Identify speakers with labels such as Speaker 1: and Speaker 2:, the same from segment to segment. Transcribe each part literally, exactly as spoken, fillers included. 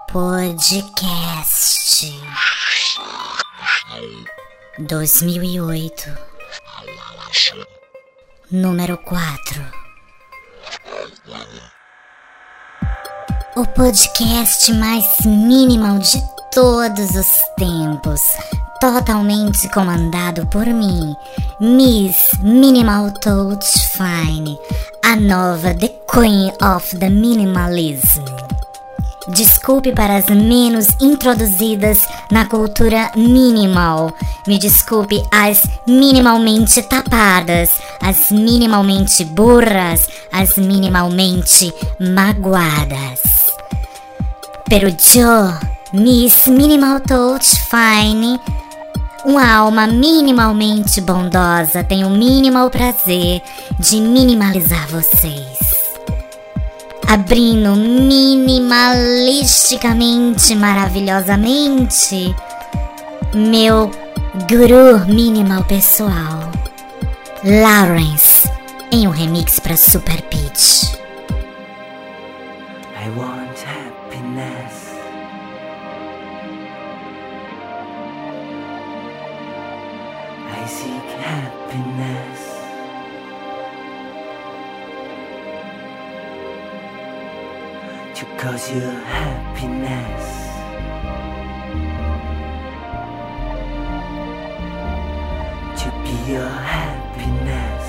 Speaker 1: Podcast dois mil e oito, número quatro. O podcast mais minimal de todos os tempos, totalmente comandado por mim, Miss Minimal Touch Fine, a nova The Queen of the Minimalism. Desculpe para as menos introduzidas na cultura minimal. Me desculpe as minimalmente tapadas, as minimalmente burras, as minimalmente magoadas. Pero yo, Miss Minimal Touch Fine, uma alma minimalmente bondosa, tenho o minimal prazer de minimalizar vocês, abrindo minimalisticamente, maravilhosamente, meu guru minimal pessoal, Lawrence, em um remix pra Super Pitch.
Speaker 2: I want happiness. I seek happiness. To cause you happiness. To be your happiness.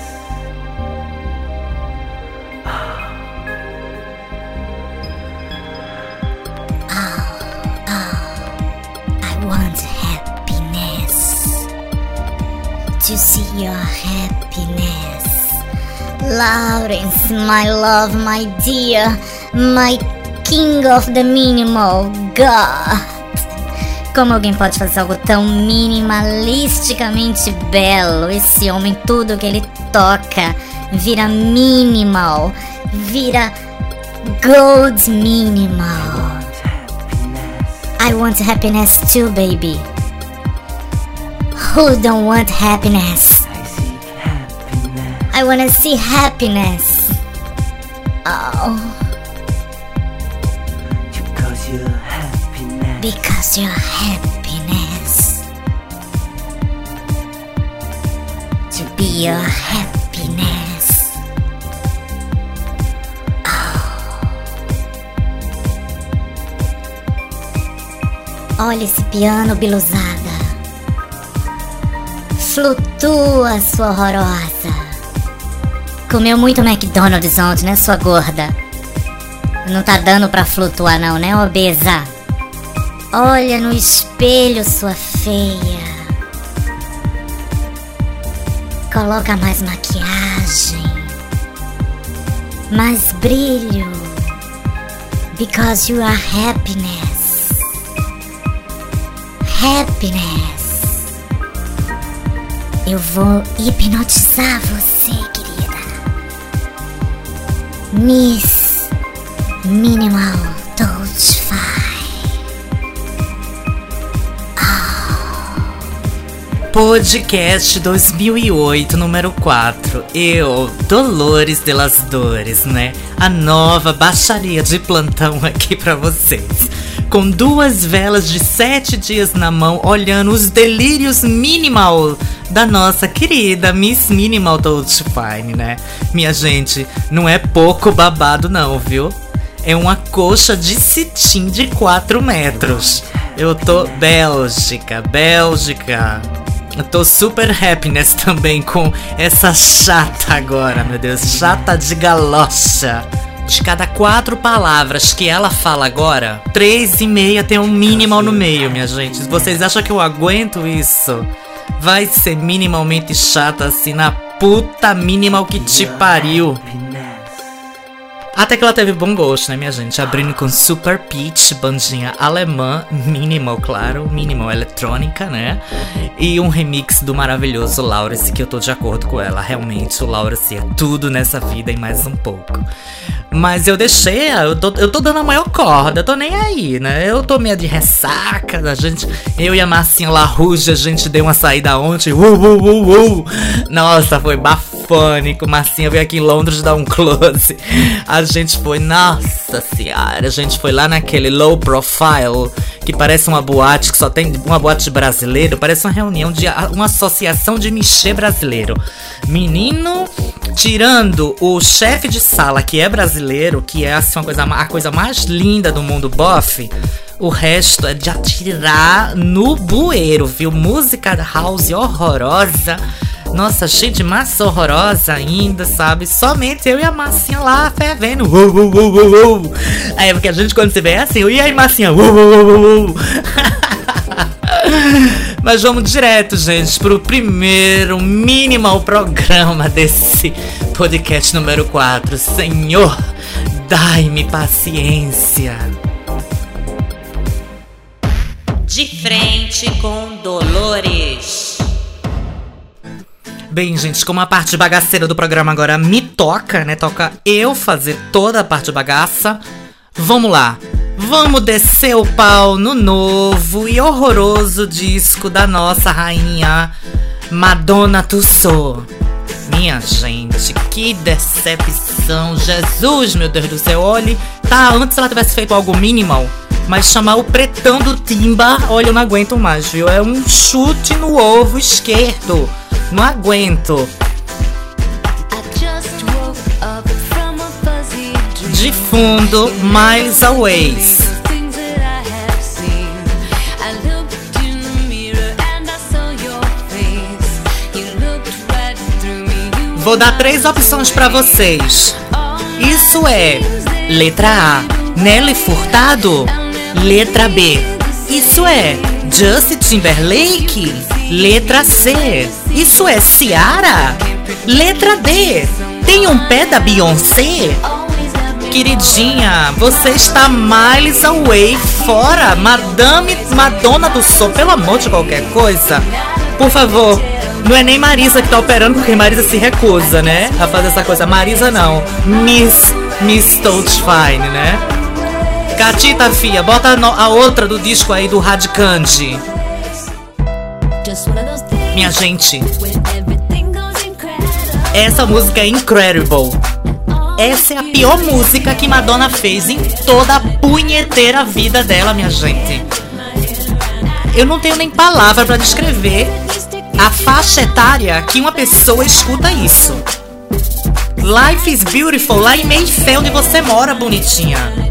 Speaker 1: To see your happiness, Lawrence, my love, my dear, my king of the minimal, God. Como alguém pode fazer algo tão minimalisticamente belo? Esse homem, tudo que ele toca vira minimal, vira gold minimal. I want happiness too, baby. Who don't want happiness?
Speaker 2: I seek happiness.
Speaker 1: I wanna see happiness. Oh,
Speaker 2: Because you're happiness.
Speaker 1: because your happiness. To be your happiness. Oh. Olha esse piano, biluzada. Flutua, sua horrorosa. Comeu muito McDonald's ontem, né, sua gorda? Não tá dando pra flutuar não, né, obesa? Olha no espelho, sua feia. Coloca mais maquiagem, mais brilho. Because you are happiness. Happiness. Eu vou hipnotizar você, querida. Miss Minimal Touch Fine.
Speaker 3: Podcast dois mil e oito, número quatro. Eu, Dolores de las Dores, né? A nova baixaria de plantão aqui pra vocês. Com duas velas de sete dias na mão, olhando os delírios minimal da nossa querida Miss Minimal Touch Fine, né? Minha gente, não é pouco babado não, viu? É uma coxa de cetim de quatro metros. Eu tô Bélgica, Bélgica. Eu tô super happiness também com essa chata agora, meu Deus. Chata de galocha. De cada quatro palavras que ela fala agora, três e meia tem um minimal no meio, minha gente. Vocês acham que eu aguento isso? Vai ser minimalmente chata assim na puta minimal que te pariu. Até que ela teve bom gosto, né, minha gente? Abrindo com Super Pitch, bandinha alemã, minimal, claro, minimal eletrônica, né? E um remix do maravilhoso Lawrence, que eu tô de acordo com ela. Realmente, o Lawrence é tudo nessa vida e mais um pouco. Mas eu deixei, eu tô, eu tô dando a maior corda, eu tô nem aí, né? Eu tô meio de ressaca, a gente, eu e a Marcinha LaRouge, a gente deu uma saída ontem, uh, uh, uh, uh. Nossa, foi bafo. Pânico. Marcinha veio aqui em Londres dar um close. A gente foi, nossa senhora, a gente foi lá naquele low profile, que parece uma boate, que só tem uma boate de brasileiro, parece uma reunião de uma associação de michê brasileiro. Menino, tirando o chefe de sala, que é brasileiro, que é assim, uma coisa, a coisa mais linda do mundo bofe, o resto é de atirar no bueiro, viu? Música house horrorosa. Nossa, cheio de massa horrorosa ainda, sabe? Somente eu e a Massinha lá fervendo. Uou, uou, uou, uou, uou. É, porque a gente quando se vê é assim, e aí Massinha? Uou, uou, uou, uou. Mas vamos direto, gente, pro primeiro minimal programa desse podcast número quatro. Senhor, dai-me paciência. De frente com Dolores. Bem, gente, como a parte bagaceira do programa agora me toca, né? Toca eu fazer toda a parte bagaça. Vamos lá. Vamos descer o pau no novo e horroroso disco da nossa rainha Madonna Tussauds. Minha gente, que decepção. Jesus, meu Deus do céu. Olhe, tá, antes ela tivesse feito algo minimal, mas chamar o pretão do Timba, olha, eu não aguento mais, viu? É um chute no ovo esquerdo. Não aguento. De fundo, Miles Away. Vou dar três opções pra vocês. Isso é: letra A, Nelly Furtado. Letra B, isso é Justin Timberlake. Letra C, isso é Ciara. Letra D, tem um pé da Beyoncé. Queridinha, você está miles away, fora. Madame Madonna Tussauds, pelo amor de qualquer coisa. Por favor, não é nem Marisa que tá operando, porque Marisa se recusa, né, a fazer essa coisa. Marisa não, Miss Miss Touchfine, né? Catita, fia, bota a, no, a outra do disco aí do Radicante. Minha gente, essa música é incredible. Essa é a pior música que Madonna fez em toda a punheteira vida dela, minha gente. Eu não tenho nem palavra pra descrever a faixa etária que uma pessoa escuta isso. Life is beautiful, lá em Mayfair, onde você mora, bonitinha.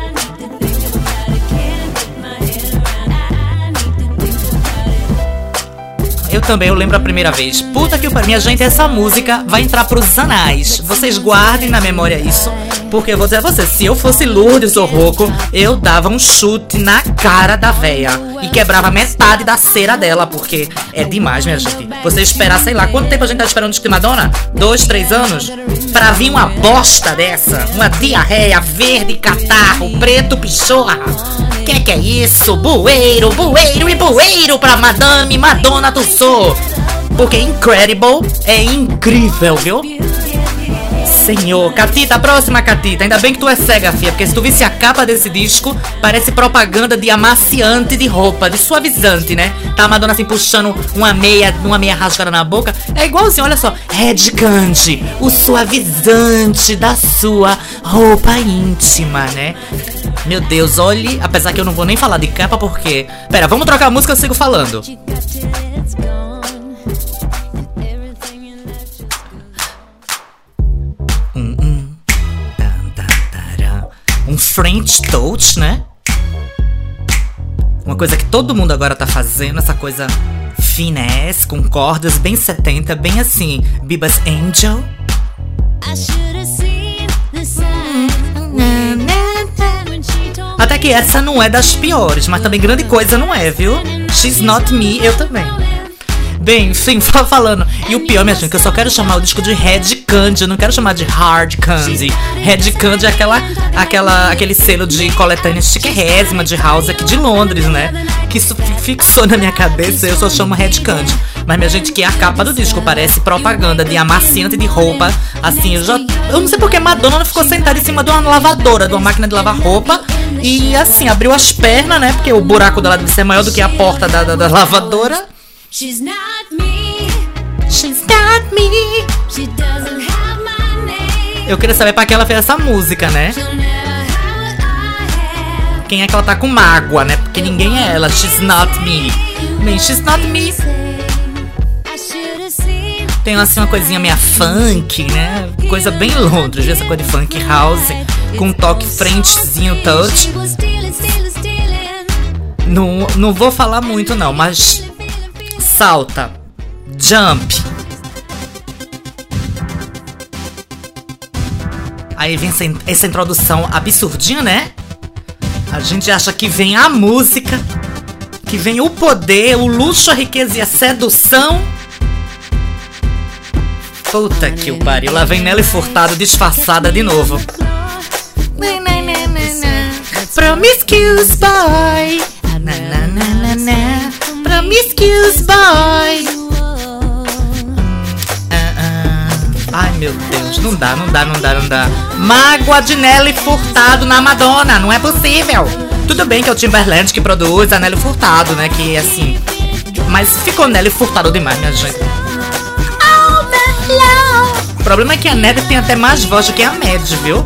Speaker 3: Eu também, eu lembro a primeira vez. Puta que pariu, minha gente, essa música vai entrar pros anais. Vocês guardem na memória isso, porque eu vou dizer a vocês, se eu fosse Lourdes ou Rocco, eu dava um chute na cara da véia e quebrava metade da cera dela, porque é demais, minha gente. Você esperar, sei lá, quanto tempo a gente tá esperando o disco de Madonna? Dois, três anos? Pra vir uma bosta dessa, uma diarreia verde, catarro, preto, pichorra. Que que é isso? Bueiro, bueiro e bueiro pra Madame Madonna Tussauds. Porque Incredible é incrível, viu? Senhor, Catita, a próxima, Catita. Ainda bem que tu é cega, fia, porque se tu visse a capa desse disco, parece propaganda de amaciante de roupa, de suavizante, né? Tá a Madonna assim puxando uma meia, uma meia rasgada na boca. É igualzinho, olha só, Red Candy, o suavizante da sua roupa íntima, né? Meu Deus, olhe, apesar que eu não vou nem falar de capa porque... Pera, vamos trocar a música, eu sigo falando. Hum, hum. Um French Touch, né? Uma coisa que todo mundo agora tá fazendo, essa coisa finesse, com cordas bem setenta, bem assim, Bieber's Angel. Até que essa não é das piores, mas também grande coisa não é, viu? She's Not Me, eu também. Bem, enfim, falando. E o pior, minha gente, que eu só quero chamar o disco de Red Candy, eu não quero chamar de Hard Candy. Red Candy é aquela, aquela, aquele selo de coletânea chiquérrima de house aqui de Londres, né? Que isso fixou na minha cabeça, eu só chamo Red Candy. Mas, minha gente, que a capa do disco parece propaganda de amaciante de roupa. Assim, eu já... Eu não sei porque Madonna não ficou sentada em cima de uma lavadora, de uma máquina de lavar roupa. E, assim, abriu as pernas, né? Porque o buraco dela deve ser maior do que a porta da, da, da lavadora. She's not me. She's not me. Eu queria saber pra que ela fez essa música, né? Quem é que ela tá com mágoa, né? Porque ninguém é ela. She's not me. Nem she's not me. Tem assim uma coisinha meio funk, né? Coisa bem Londres, essa coisa de funk house. Com um toque frentezinho, touch. Não, não vou falar muito não, mas salta, jump. Aí vem essa, essa introdução absurdinha, né? A gente acha que vem a música, que vem o poder, o luxo, a riqueza e a sedução. Puta que o pariu, lá vem Nelly Furtado disfarçada de novo. Promiscuous boy, na, na, na, na, na. Promiscuous boy. uh, uh. Ai meu Deus, não dá, não dá, não dá, não dá. Mágoa de Nelly Furtado na Madonna, não é possível. Tudo bem que é o Timbaland que produz a Nelly Furtado, né, que assim. Mas ficou Nelly Furtado demais, minha gente. O problema é que a Nelly tem até mais voz do que a Mad, viu?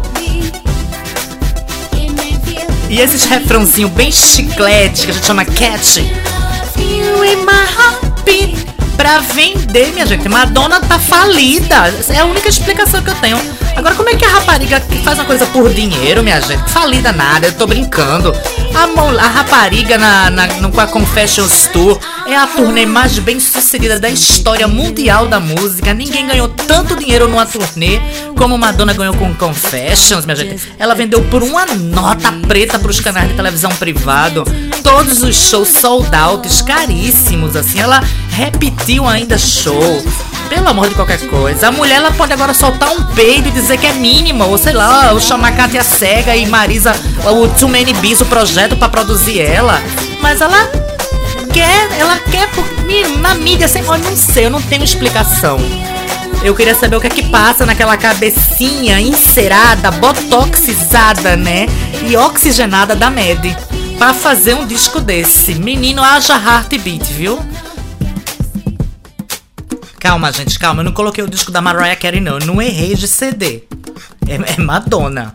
Speaker 3: E esses refrãozinhos bem chiclete, que a gente chama catchy. You in my heartbeat. Pra vender, minha gente. Madonna tá falida. É a única explicação que eu tenho. Agora, como é que a rapariga faz uma coisa por dinheiro, minha gente? Falida nada, eu tô brincando. A, mo- a rapariga na, na, no, com a Confessions Tour é a turnê mais bem sucedida da história mundial da música. Ninguém ganhou tanto dinheiro numa turnê como Madonna ganhou com Confessions, minha gente. Ela vendeu por uma nota preta pros canais de televisão privado. Todos os shows sold out, caríssimos, assim. Ela repetiu ainda show. Pelo amor de qualquer coisa. A mulher, ela pode agora soltar um peido e dizer que é mínima. Ou sei lá, ou chamar Kátia Cega e Marisa, o Too Many Bees, o projeto pra produzir ela. Mas ela quer, ela quer por, na mídia, sem, eu não sei, eu não tenho explicação. Eu queria saber o que é que passa naquela cabecinha encerada, botoxizada, né? E oxigenada da Mad. Pra fazer um disco desse. Menino, haja heartbeat, viu? Calma, gente, calma. Eu não coloquei o disco da Mariah Carey, não. Eu não errei de C D. É, é Madonna.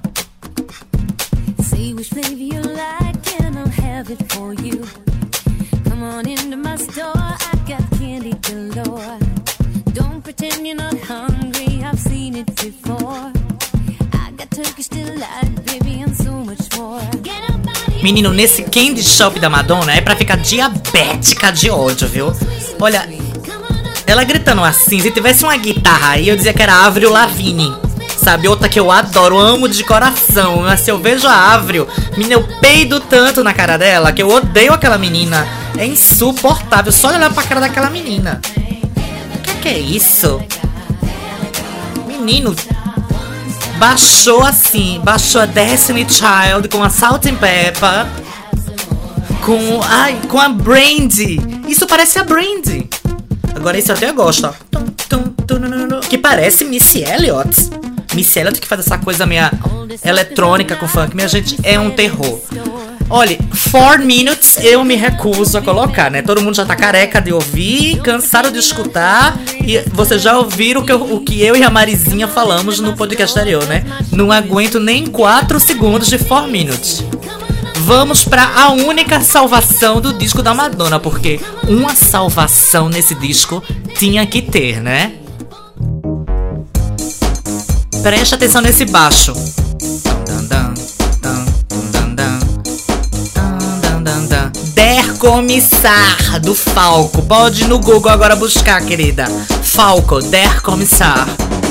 Speaker 3: Menino, nesse candy shop da Madonna é pra ficar diabética de ódio, viu? Olha, ela gritando assim, se tivesse uma guitarra aí, eu dizia que era Avril Lavigne. Sabe, outra que eu adoro, amo de coração. Mas se eu vejo a Avril, menina, eu peido tanto na cara dela que eu odeio aquela menina. É insuportável só olhar pra cara daquela menina. O que, que é isso? Menino, baixou assim, baixou a Destiny Child com a Salt and Pepper, com, ai, com a Brandy. Isso parece a Brandy. Agora isso eu até gosto, ó. Que parece Missy Elliott. Missy Elliott que faz essa coisa meio eletrônica com funk. Minha gente, é um terror. Olha, four minutes eu me recuso a colocar, né? Todo mundo já tá careca de ouvir, cansado de escutar. E vocês já ouviram o que, eu, o que eu e a Marizinha falamos no podcast anterior, né? Não aguento nem quatro segundos de four minutes. Vamos pra a única salvação do disco da Madonna, porque uma salvação nesse disco tinha que ter, né? Preste atenção nesse baixo. Der Commissar, do Falco. Pode ir no Google agora buscar, querida. Falco, Der Commissar.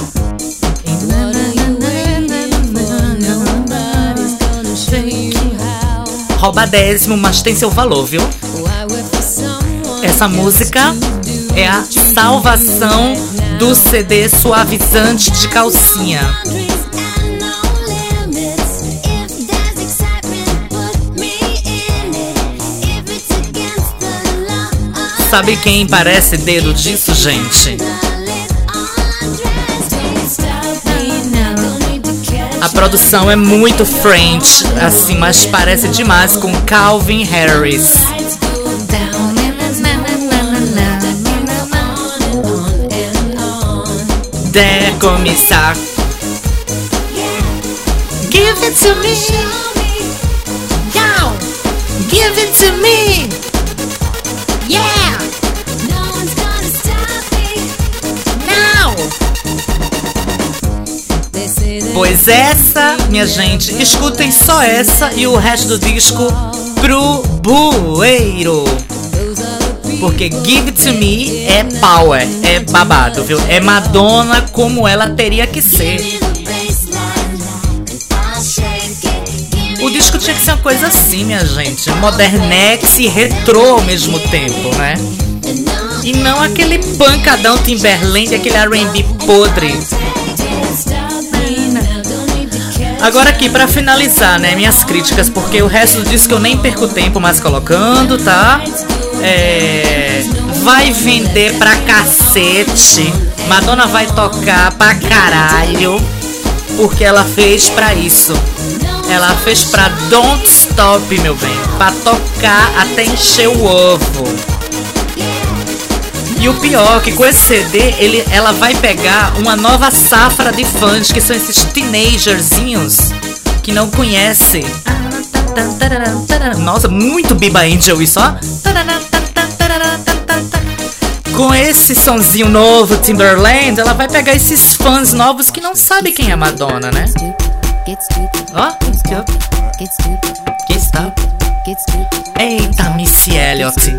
Speaker 3: Roubadésimo, mas tem seu valor, viu? Essa música é a salvação do C D suavizante de calcinha. Sabe quem parece dedo disso, gente? A produção é muito French, assim, mas parece demais com Calvin Harris. puder começar. Give it to me. Yo, give it to me. Yeah. Now. Pois essa, minha gente, escutem só essa e o resto do disco pro bueiro. Porque Give It To Me é power, é babado, viu? É Madonna como ela teria que ser. O disco tinha que ser uma coisa assim, minha gente, modernex e retrô ao mesmo tempo, né? E não aquele pancadão Timberland, aquele R and B podre. Agora aqui, pra finalizar, né, minhas críticas, porque o resto do disco eu nem perco tempo mais colocando, tá? É... Vai vender pra cacete. Madonna vai tocar pra caralho, porque ela fez pra isso. Ela fez pra Don't Stop, meu bem, pra tocar até encher o ovo. E o pior, que com esse C D, ele, ela vai pegar uma nova safra de fãs, que são esses teenagerzinhos que não conhecem. Nossa, muito Biba Angel isso, ó. Com esse sonzinho novo, Timberland, ela vai pegar esses fãs novos que não sabem quem é Madonna, né? Ó, que está. Eita, Missy Elliott.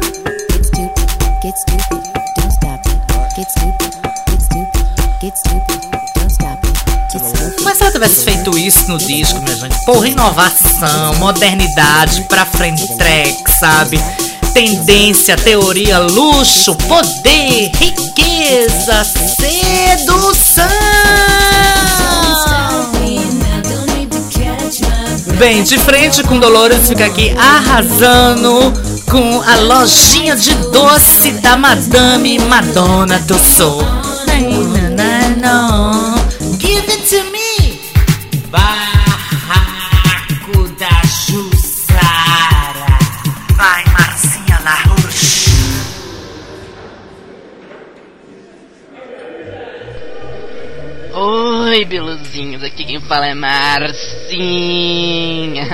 Speaker 3: Mas se ela tivesse feito isso no disco, minha gente, porra, inovação, modernidade, pra frente track, sabe? Tendência, teoria, luxo, poder, riqueza, sedução. Bem, de frente com Dolores, fica aqui arrasando com a lojinha de doce da Madame Madonna do Soul. Give it to me.
Speaker 2: Barraco da Jussara. Vai, Marcinha Larouche.
Speaker 4: Oi, beluzinhos, aqui quem fala é Marcinha.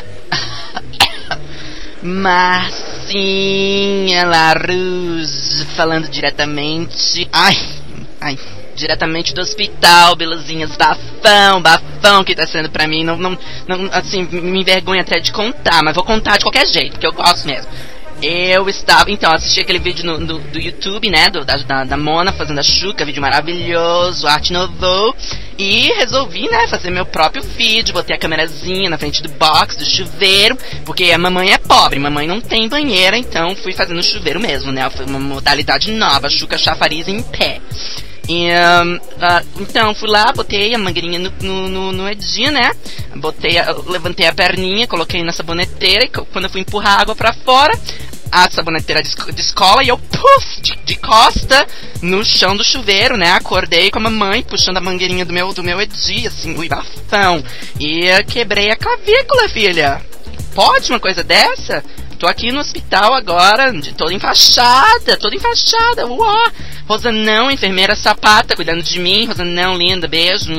Speaker 4: Marcinha Larouche, falando diretamente. Ai, ai. Diretamente do hospital, beluzinhas, bafão, bafão que tá sendo pra mim, não, não, não, assim, me envergonha até de contar, mas vou contar de qualquer jeito, porque eu gosto mesmo. Eu estava, então, assisti aquele vídeo no, do, do YouTube, né, do, da, da Mona fazendo a Xuca, vídeo maravilhoso, arte novo, e resolvi, né, fazer meu próprio vídeo, botei a câmerazinha na frente do box, do chuveiro, porque a mamãe é pobre, mamãe não tem banheira, então fui fazendo chuveiro mesmo, né, foi uma modalidade nova, Xuca chafariz em pé. E, um, uh, então fui lá, botei a mangueirinha no, no, no, no edinho, né? Botei a, levantei a perninha, coloquei na saboneteira e quando eu fui empurrar a água pra fora, a saboneteira descola e eu, puff, de, de costa no chão do chuveiro, né? Acordei com a mamãe puxando a mangueirinha do meu, do meu edinho, assim, ui, bafão. E uh, quebrei a clavícula, filha. Pode uma coisa dessa? Tô aqui no hospital agora, de toda enfaixada, toda enfaixada, uó. Rosanão, enfermeira sapata, cuidando de mim. Rosanão, linda, beijo.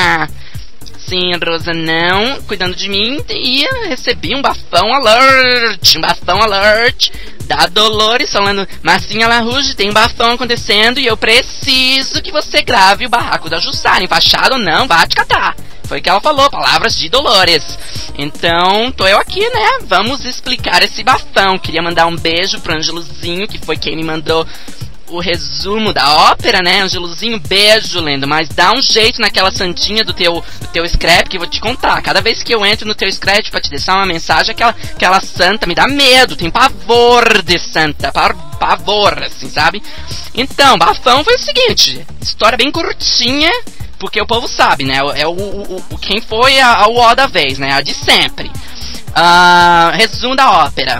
Speaker 4: Sim, Rosanão, cuidando de mim. E recebi um bafão alert, um bafão alert da Dolores falando: Marcinha Larouche, tem um bafão acontecendo e eu preciso que você grave o barraco da Jussara. Enfaixado ou não, vai te catar. Foi o que ela falou, palavras de Dolores. Então, tô eu aqui, né? Vamos explicar esse bafão. Queria mandar um beijo pro Angeluzinho, que foi quem me mandou o resumo da ópera, né? Angeluzinho, beijo, lindo. Mas dá um jeito naquela santinha do teu, do teu scrap, que eu vou te contar. Cada vez que eu entro no teu scrap pra te deixar uma mensagem, aquela, aquela santa me dá medo. Tem pavor de santa. Pavor, assim, sabe? Então, bafão foi o seguinte. História bem curtinha, porque o povo sabe, né? É o, o, o quem foi a, a uó da vez, né? A de sempre. Uh, resumo da ópera.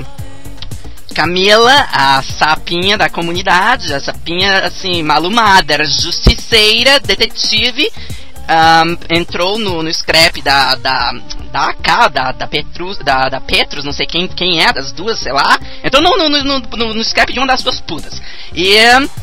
Speaker 4: Camila, a sapinha da comunidade, a sapinha, assim, malumada, era justiceira, detetive, um, entrou no, no scrap da, da, da A K, da, da, Petrus, da, da Petrus, não sei quem, quem é, das duas, sei lá, entrou no, no, no, no, no scrap de uma das duas putas. E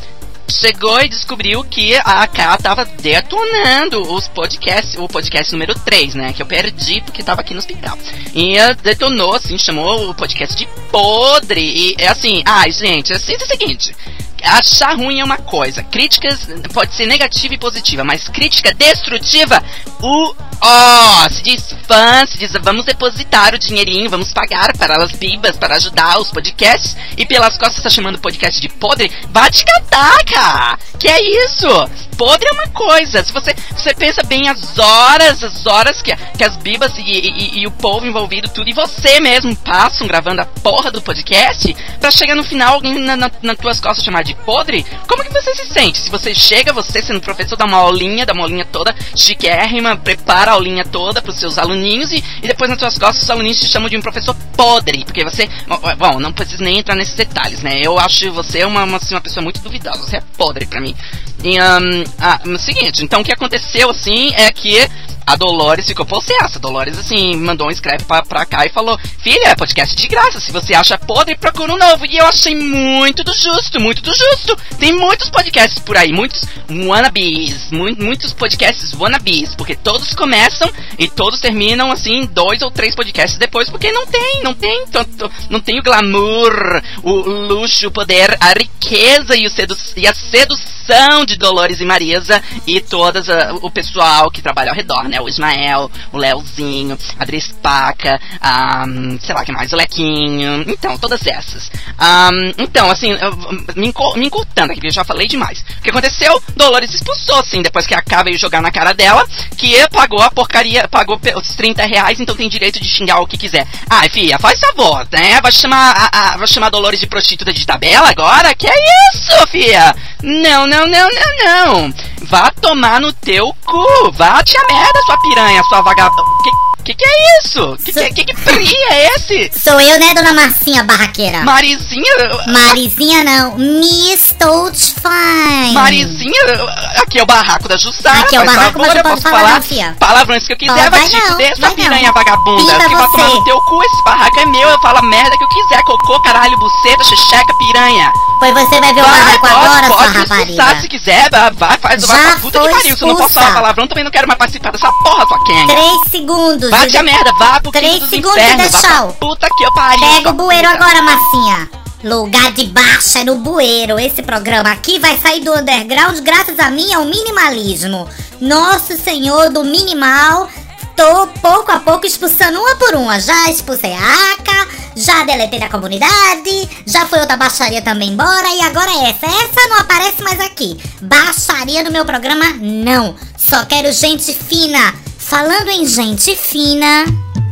Speaker 4: chegou e descobriu que a K tava detonando os podcasts, o podcast número três, né? Que eu perdi porque tava aqui no hospital. E uh, detonou, assim, chamou o podcast de podre. E é assim, ai, gente, assim, é o seguinte. Achar ruim é uma coisa, críticas pode ser negativa e positiva, mas crítica destrutiva, o ó, se diz fã, se diz vamos depositar o dinheirinho, vamos pagar para as bibas, para ajudar os podcasts, e pelas costas tá chamando o podcast de podre, vá te catar, cara, que é isso? Podre é uma coisa, se você, você pensa bem as horas, as horas que, que as bibas e, e, e o povo envolvido tudo, e você mesmo passam gravando a porra do podcast, pra chegar no final alguém na, na, nas tuas costas chamar de podre, como que você se sente? Se você chega, você sendo professor, dá uma aulinha, dá uma aulinha toda chiquérrima, prepara a aulinha toda pros seus aluninhos e, e depois nas suas costas os aluninhos te chamam de um professor podre, porque você, bom, não preciso nem entrar nesses detalhes, né? Eu acho você uma, uma, assim, uma pessoa muito duvidosa, você é podre pra mim. E, um, ah, o seguinte, então o que aconteceu, assim, é que a Dolores ficou possessa. A Dolores, assim, mandou um escreve pra, pra cá e falou: filha, é podcast de graça, se você acha podre, procura um novo. E eu achei muito do justo, muito do justo. Tem muitos podcasts por aí, muitos wannabes, mu- muitos podcasts wannabes, porque todos começam e todos terminam, assim, dois ou três podcasts depois, porque não tem, não tem tanto, não tem o glamour, o luxo, o poder, a riqueza e, o sedu- e a sedução de Dolores e Marisa e todas a, o pessoal que trabalha ao redor, né? O Ismael, o Leozinho, a Drespaca, um, sei lá que mais, o Lequinho, então, todas essas. Um, então, assim, eu, me, enco, me encurtando aqui, porque eu já falei demais. O que aconteceu? Dolores se expulsou, assim, depois que a K veio jogar na cara dela, que pagou a porcaria, pagou os trinta reais, então tem direito de xingar o que quiser. Ai, filha, faz favor, né? Vai chamar a, a, vai chamar a Dolores de prostituta de tabela agora? Que é isso, filha? Não, não, não, não, não. Vá tomar no teu cu. Vá te a merda, sua piranha, sua vagabunda. Que, que que é isso? Que, que, que que fria é esse?
Speaker 1: Sou eu, né, dona Marcinha Barraqueira?
Speaker 4: Marizinha?
Speaker 1: Marizinha não, Miss Toad Fine.
Speaker 4: Marizinha? Aqui é o barraco da Jussara.
Speaker 1: Aqui é o barraco, mas eu posso falar,
Speaker 4: falar
Speaker 1: não, fia.
Speaker 4: palavrões que eu quiser,
Speaker 1: Oh,
Speaker 4: vai
Speaker 1: vai
Speaker 4: te
Speaker 1: não,
Speaker 4: fuder, sua
Speaker 1: vai
Speaker 4: piranha
Speaker 1: não.
Speaker 4: vagabunda.
Speaker 1: Pinta
Speaker 4: Que vai
Speaker 1: você.
Speaker 4: tomar no teu cu, esse barraco é meu, eu falo a merda que eu quiser. Cocô, caralho, buceta, xexeca, piranha.
Speaker 1: Pois você vai ver o barraco
Speaker 4: pode,
Speaker 1: agora,
Speaker 4: pode
Speaker 1: sua
Speaker 4: me
Speaker 1: rapariga.
Speaker 4: expulsar se quiser, vai, faz,
Speaker 1: Já
Speaker 4: vai pra puta que
Speaker 1: foi
Speaker 4: pariu. Se eu não posso
Speaker 1: expulsa.
Speaker 4: falar palavrão, também não quero mais participar dessa porra, sua quenga.
Speaker 1: Três segundos.
Speaker 4: Vai te a merda, vá pro
Speaker 1: Três
Speaker 4: quinto dos
Speaker 1: segundos e
Speaker 4: infernos,
Speaker 1: dá
Speaker 4: vá pra
Speaker 1: tchau.
Speaker 4: puta que eu pariu.
Speaker 1: Pega
Speaker 4: sua
Speaker 1: o bueiro
Speaker 4: puta.
Speaker 1: agora, Marcinha. Lugar de baixa é no bueiro. Esse programa aqui vai sair do underground graças a mim ao minimalismo. Nosso Senhor do minimal. Tô pouco a pouco expulsando uma por uma. Já expulsei a Aka, já deletei da comunidade, já foi outra baixaria também embora e agora é essa. Essa não aparece mais aqui. Baixaria no meu programa, não. Só quero gente fina. Falando em gente fina...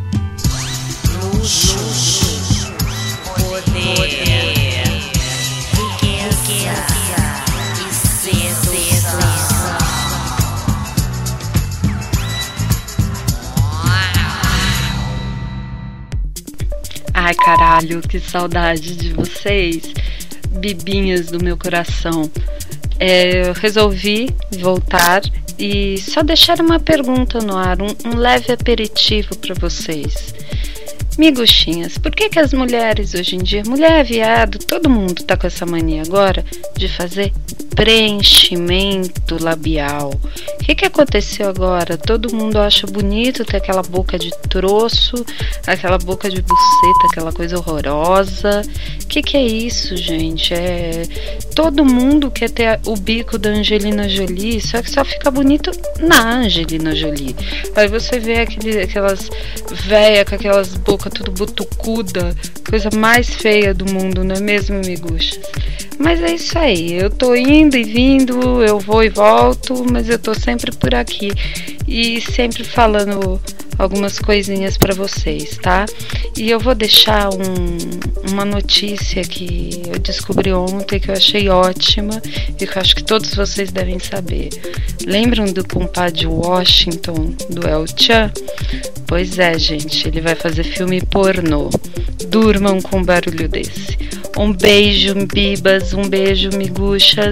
Speaker 5: Ai, caralho, que saudade de vocês, bibinhas do meu coração. É, eu resolvi voltar e só deixar uma pergunta no ar, um, um leve aperitivo para vocês. Miguxinhas, por que que as mulheres hoje em dia, mulher, viado, todo mundo tá com essa mania agora de fazer preenchimento labial? O que que aconteceu agora? Todo mundo acha bonito ter aquela boca de troço, aquela boca de buceta, aquela coisa horrorosa. O que que é isso, gente? É... Todo mundo quer ter o bico da Angelina Jolie, só que só fica bonito na Angelina Jolie. Aí você vê aquele, aquelas véia com aquelas bocas tudo butucuda, coisa mais feia do mundo, não é mesmo, miguxas? Mas é isso aí, eu tô indo e vindo, eu vou e volto, mas eu tô sempre por aqui e sempre falando algumas coisinhas pra vocês, tá? E eu vou deixar um, uma notícia que eu descobri ontem, que eu achei ótima e que eu acho que todos vocês devem saber. Lembram do compadre Washington, do El Chan? Pois é, gente, ele vai fazer filme pornô. Durmam com um barulho desse. Um beijo, bibas, um beijo, miguxas.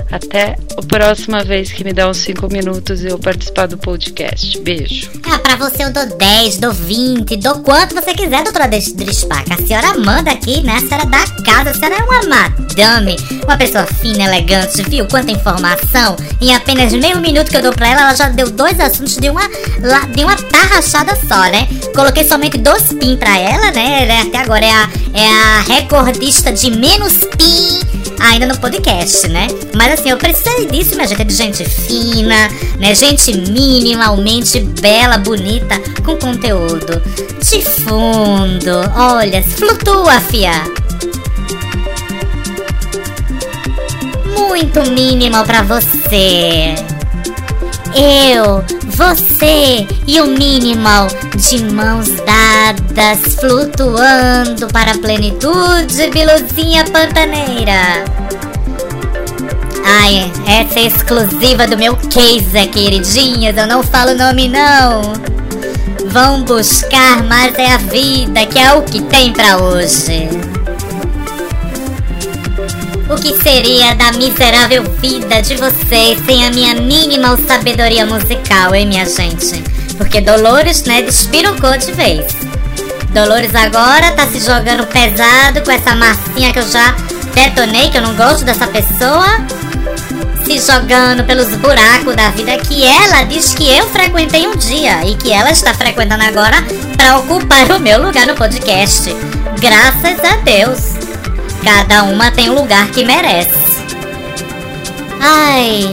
Speaker 5: Até a próxima vez que me dá uns cinco minutos e eu participar do podcast. Beijo.
Speaker 1: Ah, pra você eu dou dez, dou vinte, dou quanto você quiser, doutora Drispaca. A senhora manda aqui, né? A senhora da casa, a senhora é uma madame, uma pessoa fina, elegante, viu? Quanta informação. Em apenas meio minuto que eu dou pra ela, ela já deu dois assuntos de uma, de uma tarrachada só, né? Coloquei somente dois pin pra ela, né? Até agora é a, é a recordista de menos pin ainda no podcast, né? Mas assim, eu precisei disso, minha gente, de gente fina, né? Gente minimamente bela, bonita, com conteúdo de fundo. Olha, flutua, fia. Muito minimal pra você. Eu, você e o minimal de mãos dadas, flutuando para a plenitude, biluzinha pantaneira. Ai, essa é exclusiva do meu case, queridinhas, eu não falo nome não. Vão buscar, mas é a vida, que é o que tem pra hoje. O que seria da miserável vida de vocês sem a minha minimal sabedoria musical, hein, minha gente? Porque Dolores, né, despirocou de vez. Dolores agora tá se jogando pesado com essa massinha que eu já detonei, que eu não gosto dessa pessoa. Se jogando pelos buracos da vida que ela diz que eu frequentei um dia e que ela está frequentando agora pra ocupar o meu lugar no podcast. Graças a Deus. Cada uma tem o lugar que merece. Ai,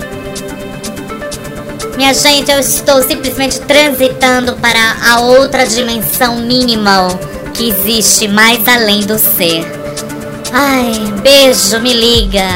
Speaker 1: minha gente, eu estou simplesmente transitando para a outra dimensão minimal que existe mais além do ser. Ai, beijo, me liga.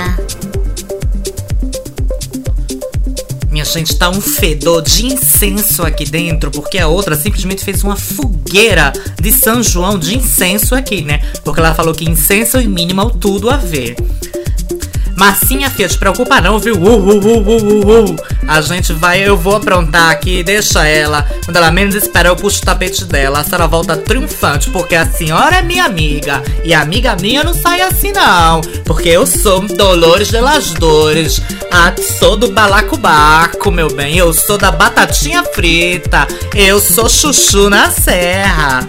Speaker 3: Minha gente, tá um fedor de incenso aqui dentro, porque a outra simplesmente fez uma fogueira de São João de incenso aqui, né? Porque ela falou que incenso e minimal tudo a ver. Marcinha, filha, te preocupa não, viu? Uh, uh, uh, uh, uh, uh. A gente vai, eu vou aprontar aqui, deixa ela. Quando ela menos espera, eu puxo o tapete dela. A senhora volta triunfante, porque a senhora é minha amiga. E amiga minha não sai assim não. Porque eu sou Dolores de las Dores. Ah, sou do balacobaco, meu bem. Eu sou da batatinha frita. Eu sou chuchu na serra.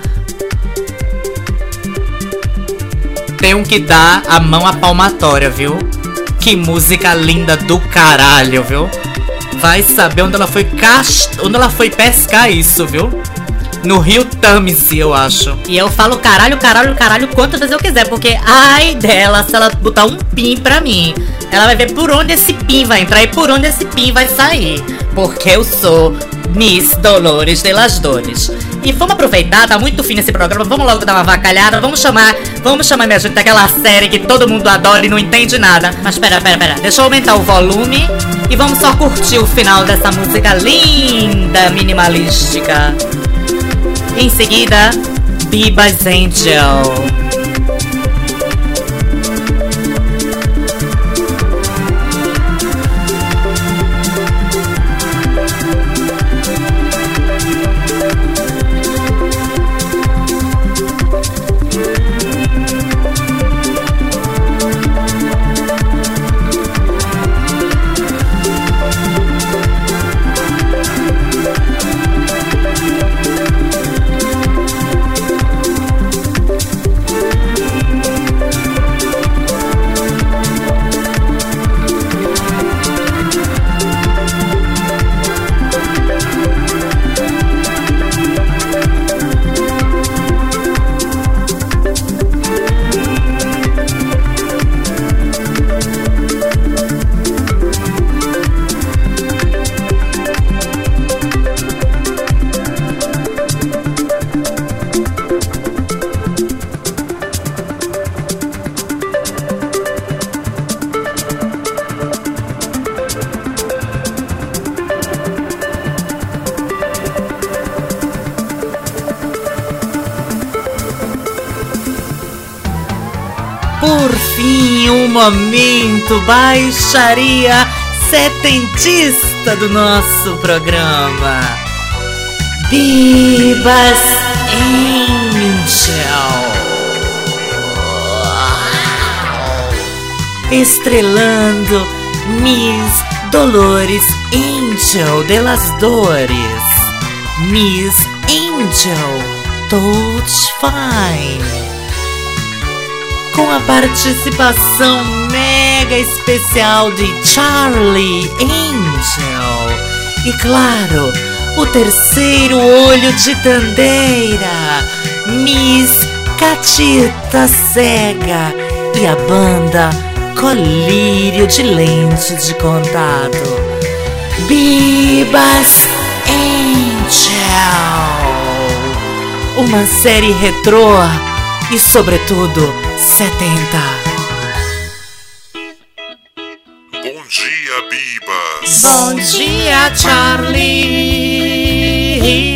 Speaker 3: Tenho que dar a mão à palmatória, viu? Que música linda do caralho, viu? Vai saber onde ela foi cast... onde ela foi pescar isso, viu? No rio Tâmisi, eu acho. E eu falo caralho, caralho, caralho quantas vezes eu quiser, porque ai dela, se ela botar um pin pra mim, ela vai ver por onde esse pin vai entrar e por onde esse pin vai sair. Porque eu sou Miss Dolores de las Dores. E vamos aproveitar, tá muito fino esse programa, vamos logo dar uma avacalhada, vamos chamar, vamos chamar minha gente daquela série que todo mundo adora e não entende nada. Mas pera, pera, pera, deixa eu aumentar o volume e vamos só curtir o final dessa música linda, minimalística. Em seguida, Bibas Angel. Por fim, um momento baixaria setentista do nosso programa. Bibas Angel. Estrelando Miss Dolores Angel de las Dores. Miss Angel Touch Fine. Com a participação mega especial de Charlie Angel. E claro, o terceiro olho de Tandeira, Miss Catita Cega. E a banda Colírio de Lente de Contato, Bibas Angel. Uma série retrô e sobretudo setenta.
Speaker 6: Bom dia, Bibas.
Speaker 3: Bom dia, Charlie.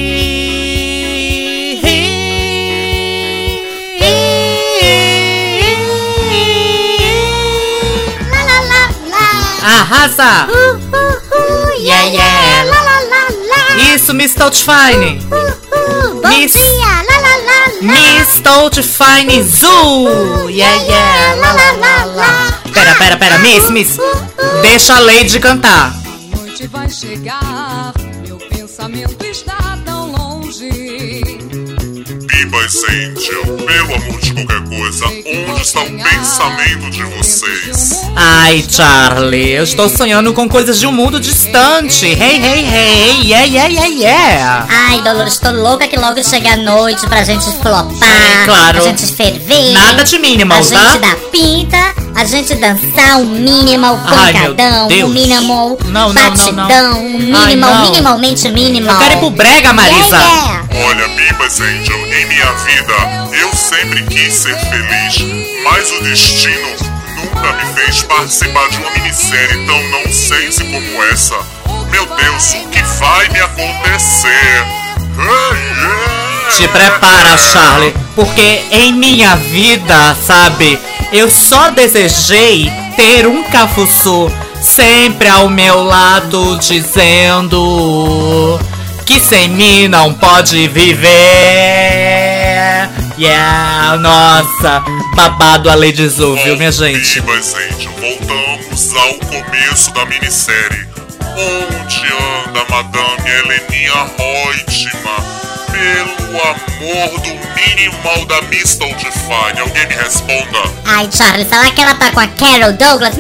Speaker 3: Arrasa!
Speaker 1: Uh, uh, uh, yeah, yeah, la, la, la, la.
Speaker 3: Isso, Miss Touch Fine!
Speaker 1: Uh, uh, bom
Speaker 3: Miss-
Speaker 1: dia, la, la, la, la.
Speaker 3: Miss Touch Fine Zoo! Yeah, yeah, la, la, la, la. Pera, pera, pera, Miss, Miss! Deixa a Lady cantar!
Speaker 7: A noite vai chegar, meu pensamento está tão longe.
Speaker 6: Bibas Angel, pelo amor de qualquer coisa, onde está o pensamento de vocês?
Speaker 3: Ai, Charlie, eu estou sonhando com coisas de um mundo distante! Hey, hey, hey! Yeah, yeah, yeah, yeah!
Speaker 1: Ai, Dolores, tô louca que logo chegue a noite pra gente flopar,
Speaker 3: É, claro.
Speaker 1: pra gente ferver,
Speaker 3: Nada de minimal,
Speaker 1: a
Speaker 3: tá?
Speaker 1: gente dar pinta, a gente dançar um minimal
Speaker 3: Ai, meu
Speaker 1: pancadão,
Speaker 3: Deus.
Speaker 1: um minimal
Speaker 3: Não, não, não, não.
Speaker 1: batidão, um
Speaker 3: Ai,
Speaker 1: minimal,
Speaker 3: não.
Speaker 1: minimalmente minimal.
Speaker 3: Eu quero ir pro brega, Marisa!
Speaker 1: Yeah, yeah.
Speaker 6: Olha, Bibas Angel, em minha vida, eu sempre quis ser feliz, mas o destino nunca me fez participar de uma minissérie tão nonsense como essa. Meu Deus, o que vai me acontecer? Hey, yeah.
Speaker 3: Te prepara, Charlie, porque em minha vida, sabe, eu só desejei ter um cafuçu sempre ao meu lado dizendo que sem mim não pode viver. Yeah, nossa, babado a Lady Zu, viu, minha gente?
Speaker 6: Bibas Angel, voltamos ao começo da minissérie. Onde anda Madame Heleninha Reutemann? Pelo amor do minimal da Miss Touch Fine, alguém me responda.
Speaker 1: Ai, Charlie, será que ela tá com a Carol Douglas?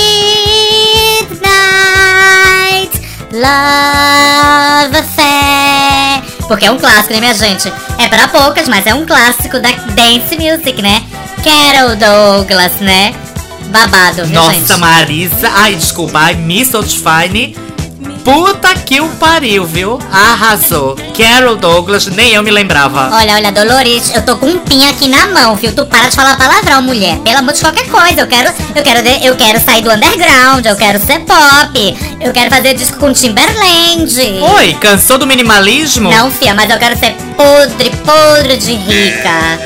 Speaker 1: Midnight Love Affair. Porque é um clássico, né, minha gente? É pra poucas, mas é um clássico da dance music, né? Carol Douglas, né? Babado, viu,
Speaker 3: Nossa,
Speaker 1: gente?
Speaker 3: Marisa, ai, desculpa, ai, Miss Touch Fine, puta que o pariu, viu? Arrasou. Carol Douglas, nem eu me lembrava.
Speaker 1: Olha, olha, Dolores, eu tô com um pin aqui na mão, viu? Tu para de falar palavrão, mulher. Pelo amor de qualquer coisa. Eu quero, eu quero, de- eu quero sair do underground, eu quero ser pop, eu quero fazer disco com Timberland.
Speaker 3: Oi, cansou do minimalismo?
Speaker 1: Não, fia, mas eu quero ser podre, podre de rica.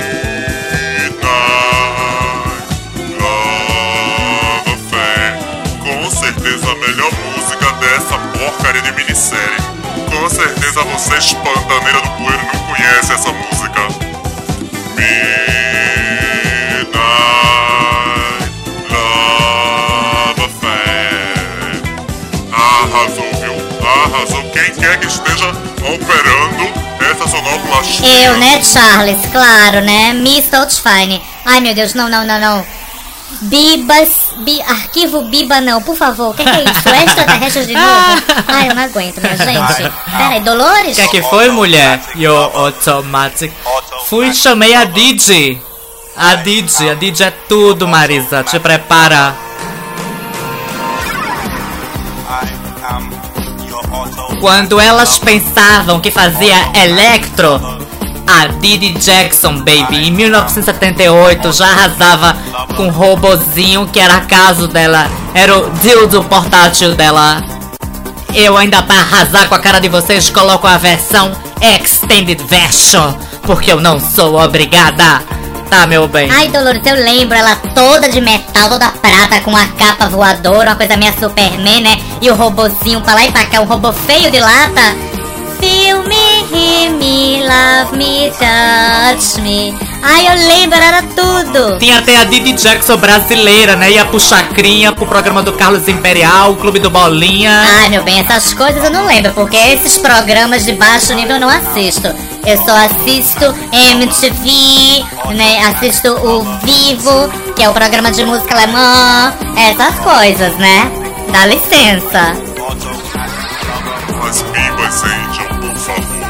Speaker 6: Midnight Love Affair. Com certeza a melhor música dessa porcaria de minissérie. Com certeza vocês, pantaneira do poeiro, não conhecem essa música. Midnight Love Affair. Arrasou, viu? Arrasou. Quem quer que esteja operando essa sonoplastia?
Speaker 1: Eu, né, Charles? Claro, né? Miss Touch Fine. Ai, meu Deus, não, não, não, não. Bibas, bi, arquivo Biba não, por favor. O que, que é isso? Extraterrestre de novo? Ai, eu não aguento, minha gente. Pera aí, Dolores?
Speaker 3: O que é que foi, mulher? Yo, automatic. Fui e chamei a D J. A D J, a D J é tudo, Marisa. Te prepara. Quando elas pensavam que fazia electro, a Didi Jackson, baby, em mil novecentos e setenta e oito já arrasava com um robozinho que era caso dela, era o dildo portátil dela. Eu ainda pra arrasar com a cara de vocês coloco a versão Extended Version, porque eu não sou obrigada, tá, meu bem?
Speaker 1: Ai, Dolores, eu lembro ela toda de metal, toda prata, com a capa voadora, uma coisa meio Superman, né? E o robozinho pra lá e pra cá, um robô feio de lata. Filme hear me, love me, touch me. Ai, eu lembro, era tudo.
Speaker 3: Tinha até a Didi Jackson brasileira, né? Ia pro Chacrinha, pro programa do Carlos Imperial, o Clube do Bolinha.
Speaker 1: Ai, meu bem, essas coisas eu não lembro, porque esses programas de baixo nível eu não assisto. Eu só assisto M T V, né? Assisto o Vivo, que é o programa de música alemã. Essas coisas, né? Dá licença.
Speaker 6: As bibas, Angel, por favor.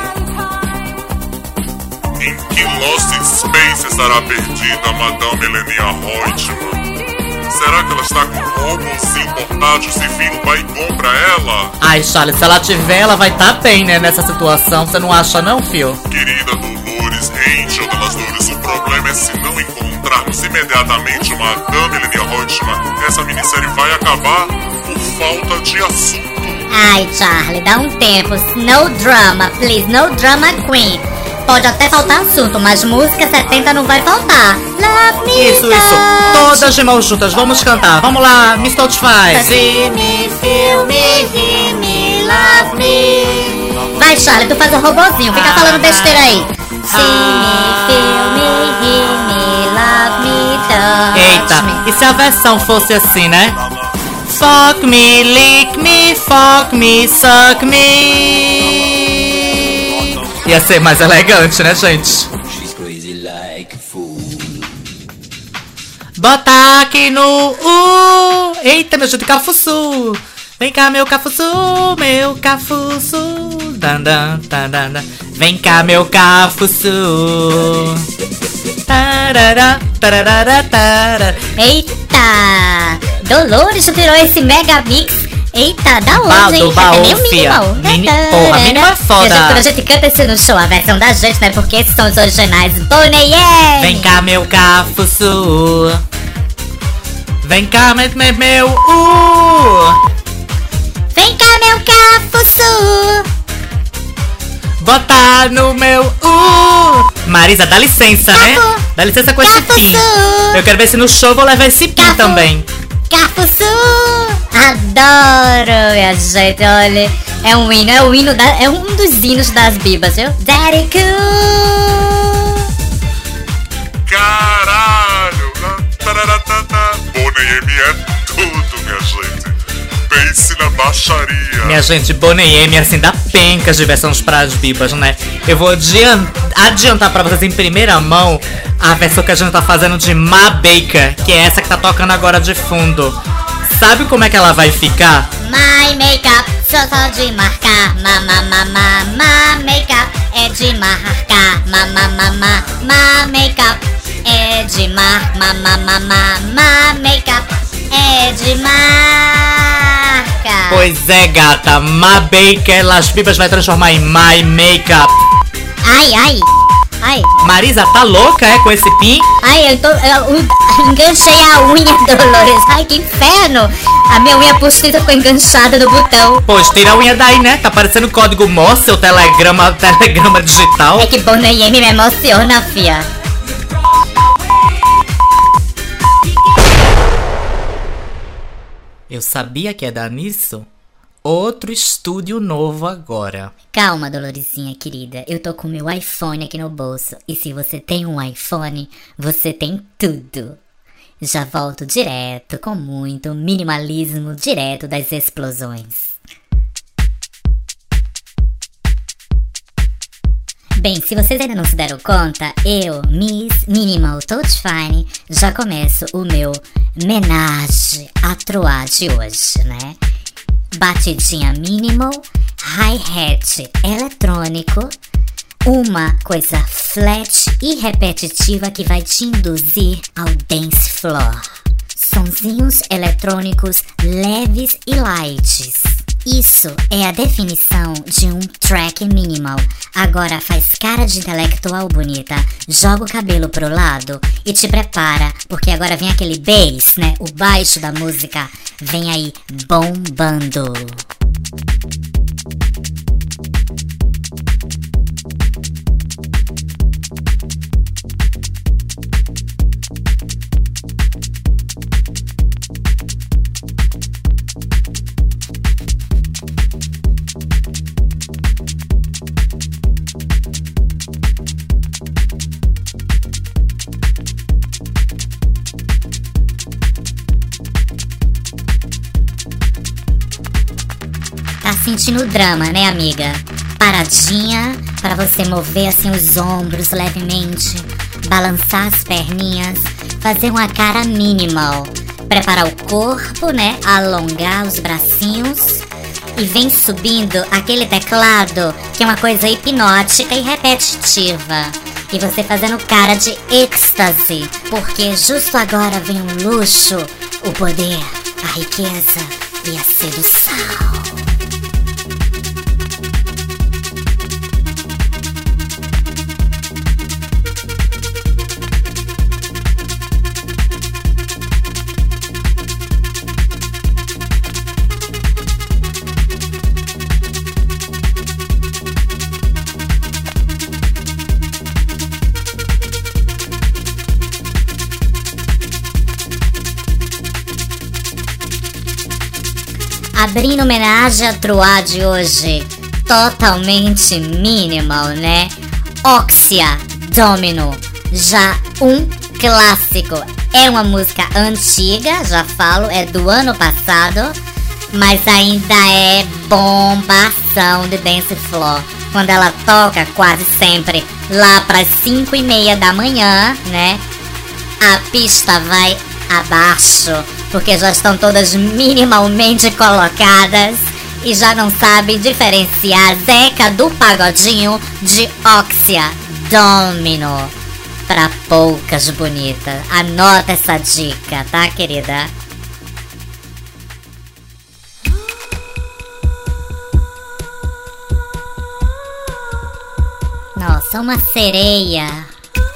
Speaker 6: Em que Lost Space estará perdida a Madame Helenia Reutemann? Será que ela está com robôs importados e vindo Baigon pra ela?
Speaker 3: Ai, Charles, se ela tiver, ela vai tá bem, né, nessa situação. Você não acha não, fio?
Speaker 6: Querida Dolores, Angel das Dores, o problema é se não encontrarmos imediatamente Madame Helenia Reutemann, essa minissérie vai acabar por falta de assunto.
Speaker 1: Ai, Charlie, dá um tempo. No drama, please, no drama queen. Pode até faltar assunto, mas música setenta não vai faltar. Love me,
Speaker 3: Isso, isso. Todas de mãos juntas, vamos cantar. Vamos lá, Miss Spotify.
Speaker 1: See me, feel me, hear me, love me. Vai, Charlie, tu faz o robozinho, fica falando besteira aí. See me, feel me, hear me, love me, touch
Speaker 3: Eita,
Speaker 1: me.
Speaker 3: e se a versão fosse assim, né? Fuck me, lick me, fuck me, suck me. Ia ser mais elegante, né, gente? Bota aqui no U. Eita, meu gente, cafuçu. Vem cá, meu cafuçu, meu cafuçu. Dan, dan, dan, dan, dan. Vem cá, meu cafuçu. Tarará, tarará, tarará.
Speaker 1: Eita! Dolores tirou esse mega mix. Eita, da
Speaker 3: Baú,
Speaker 1: onde, hein?
Speaker 3: baú,
Speaker 1: É nem o
Speaker 3: fia.
Speaker 1: minimal.
Speaker 3: Mini- porra, minimal é foda.
Speaker 1: Gente, quando a gente canta isso no show, a versão da gente, né? Porque esses são os originais. Boney M.
Speaker 3: Vem cá, meu cafuçu. Vem cá, meu, meu, meu uh.
Speaker 1: Vem cá, meu cafuçu.
Speaker 3: Bota no meu uh. Marisa, dá licença, né?
Speaker 1: Cafu.
Speaker 3: Dá licença com esse
Speaker 1: Cafuçu.
Speaker 3: pin. Eu quero ver se no show eu vou levar esse pin
Speaker 1: Cafu.
Speaker 3: também.
Speaker 1: Cafuçu. Adoro, minha gente, olha. É um hino, é o hino da, é um dos hinos das bibas, viu? Daddy cool.
Speaker 6: Caralho! Tararatata. Boney M é tudo, minha gente. Pense na baixaria.
Speaker 3: Minha gente, Boney M, assim, dá pencas de versões para as bibas, né? Eu vou adian- adiantar pra vocês em primeira mão a versão que a gente tá fazendo de Ma Baker, que é essa que tá tocando agora de fundo. Sabe como é que ela vai ficar?
Speaker 1: My makeup, só só de marcar. Mama, mama, ma makeup é de marcar. Mama, mama, ma makeup é de mar. Mama, mama, ma makeup é de marca.
Speaker 3: Pois é, gata, Ma Baker, Las Bibas vai transformar em My Makeup.
Speaker 1: Ai, ai, ai,
Speaker 3: Marisa, tá louca, é, com esse pin?
Speaker 1: ai, eu tô. Eu, eu enganchei a unha, Dolores. Ai, que inferno. A minha unha postiça ficou enganchada no botão.
Speaker 3: Pois, tira a unha daí, né? Tá parecendo código Morse, seu telegrama, telegrama digital.
Speaker 1: É que Boney M me emociona, fia.
Speaker 3: Eu sabia que ia dar nisso. Outro estúdio novo agora.
Speaker 1: Calma, Doloresinha querida. Eu tô com meu iPhone aqui no bolso. E se você tem um iPhone, você tem tudo. Já volto direto, com muito minimalismo, direto das explosões. Bem, se vocês ainda não se deram conta, eu, Miss Minimal Touch Fine, já começo o meu menage à trois de hoje, né? Batidinha minimal, hi-hat eletrônico, uma coisa flat e repetitiva que vai te induzir ao dance floor. Sonzinhos eletrônicos leves e lights. Isso é a definição de um track minimal. Agora faz cara de intelectual bonita, joga o cabelo pro lado e te prepara, porque agora vem aquele bass, né? O baixo da música vem aí bombando. sentindo o drama, né, amiga? Paradinha, para você mover assim os ombros levemente, balançar as perninhas, fazer uma cara minimal, preparar o corpo, né, alongar os bracinhos e vem subindo aquele teclado que é uma coisa hipnótica e repetitiva. E você fazendo cara de êxtase, porque justo agora vem o luxo, o poder, a riqueza e a sedução. Abrindo homenagem à Troá de hoje, totalmente minimal, né? Oxia Domino, já um clássico. É uma música antiga, já falo, é do ano passado, mas ainda é bombação de dance floor. Quando ela toca, quase sempre lá para as cinco e meia da manhã, né? A pista vai abaixo, porque já estão todas minimalmente colocadas e já não sabem diferenciar Zeca do Pagodinho de Oxia Domino. Pra poucas bonitas. Anota essa dica, tá, querida? Nossa, uma sereia.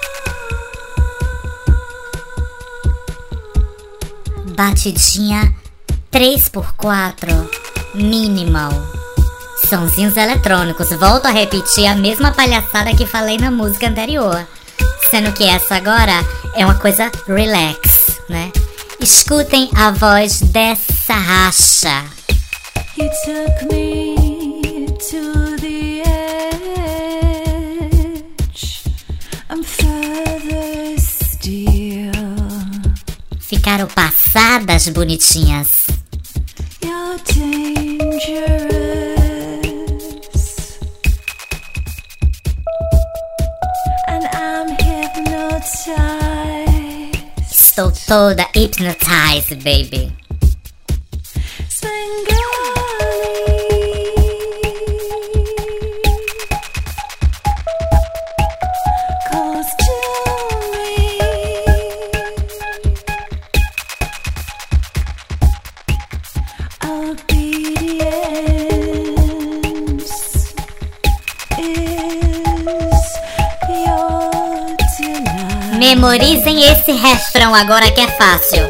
Speaker 1: Batidinha três por quatro, minimal. Sonzinhos eletrônicos. Volto a repetir a mesma palhaçada que falei na música anterior, sendo que essa agora é uma coisa relax, né? Escutem a voz dessa racha.
Speaker 8: You took me to the edge. I'm further still.
Speaker 1: Ficaram passadas, bonitinhas.
Speaker 8: You're dangerous, and I'm hypnotized.
Speaker 1: Estou toda hypnotized, baby. Memorizem esse refrão agora que é fácil.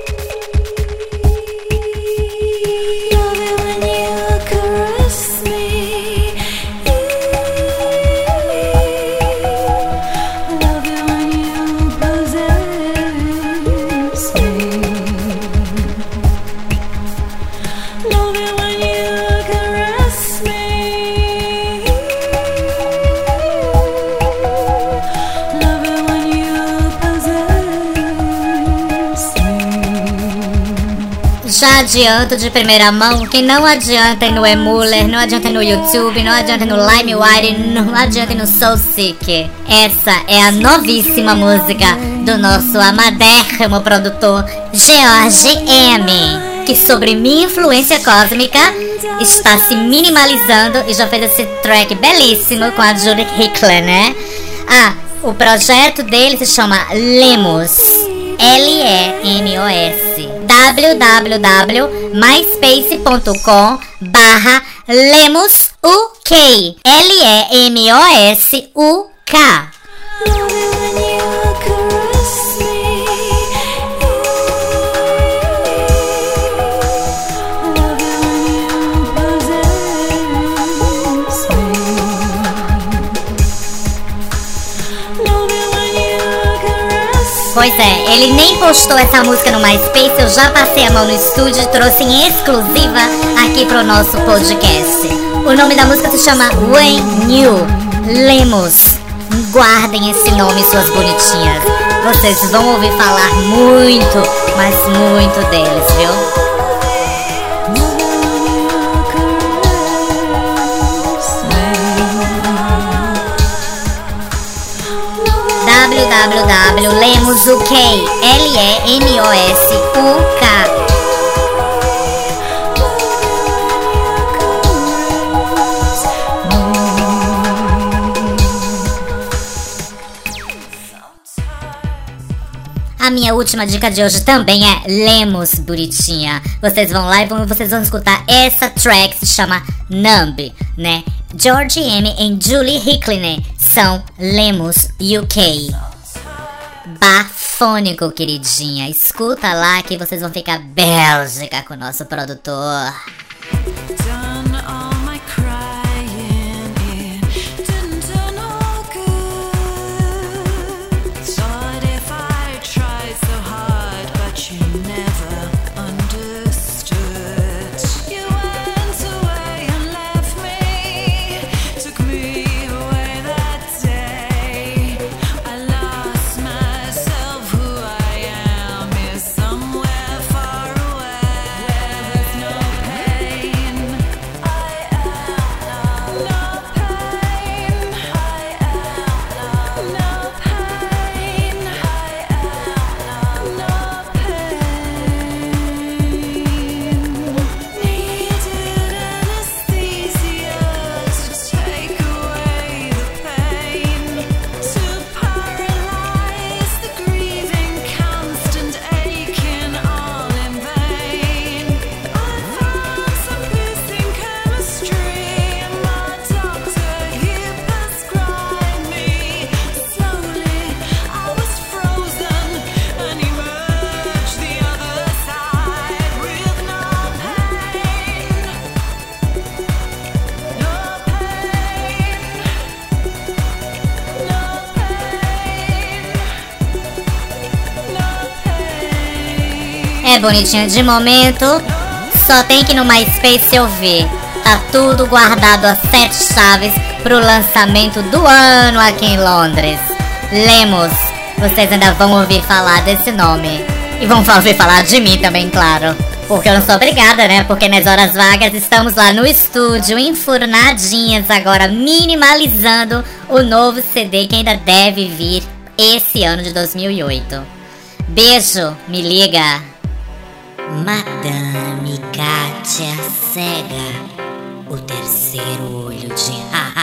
Speaker 1: Já adianto de primeira mão que não adianta ir no Emuler, não adianta ir no YouTube, não adianta ir no LimeWire, não adianta ir no SoulSeek. Essa é a novíssima música do nosso amadérrimo produtor George M, que sobre minha influência cósmica está se minimalizando e já fez esse track belíssimo com a Judith Hickler, né? Ah, o projeto dele se chama Lemos, L E M O S, www ponto myspace ponto com barra Lemos U K, L E M O S U K. Pois é, ele nem postou essa música no MySpace, eu já passei a mão no estúdio e trouxe em exclusiva aqui pro nosso podcast. O nome da música se chama When You Lemos. Guardem esse nome, suas bonitinhas. Vocês vão ouvir falar muito, mas muito deles, viu? w w w ponto lemos u k L E M O S U K. A minha última dica de hoje também é Lemos, bonitinha. Vocês vão lá e vão, vocês vão escutar essa track que se chama Numb, né? George M e Julie Hickline são Lemos U K. Bafônico, queridinha. Escuta lá que vocês vão ficar Bélgica com o nosso produtor. É bonitinho de momento, só tem que ir no MySpace ouvir. Tá tudo guardado a sete chaves pro lançamento do ano aqui em Londres. Lemos, vocês ainda vão ouvir falar desse nome. E vão ouvir falar de mim também, claro. Porque eu não sou obrigada, né? Porque nas horas vagas estamos lá no estúdio, enfurnadinhas agora, minimalizando o novo C D que ainda deve vir esse ano de dois mil e oito. Beijo, me liga. Madame Kátia Cega, o terceiro olho de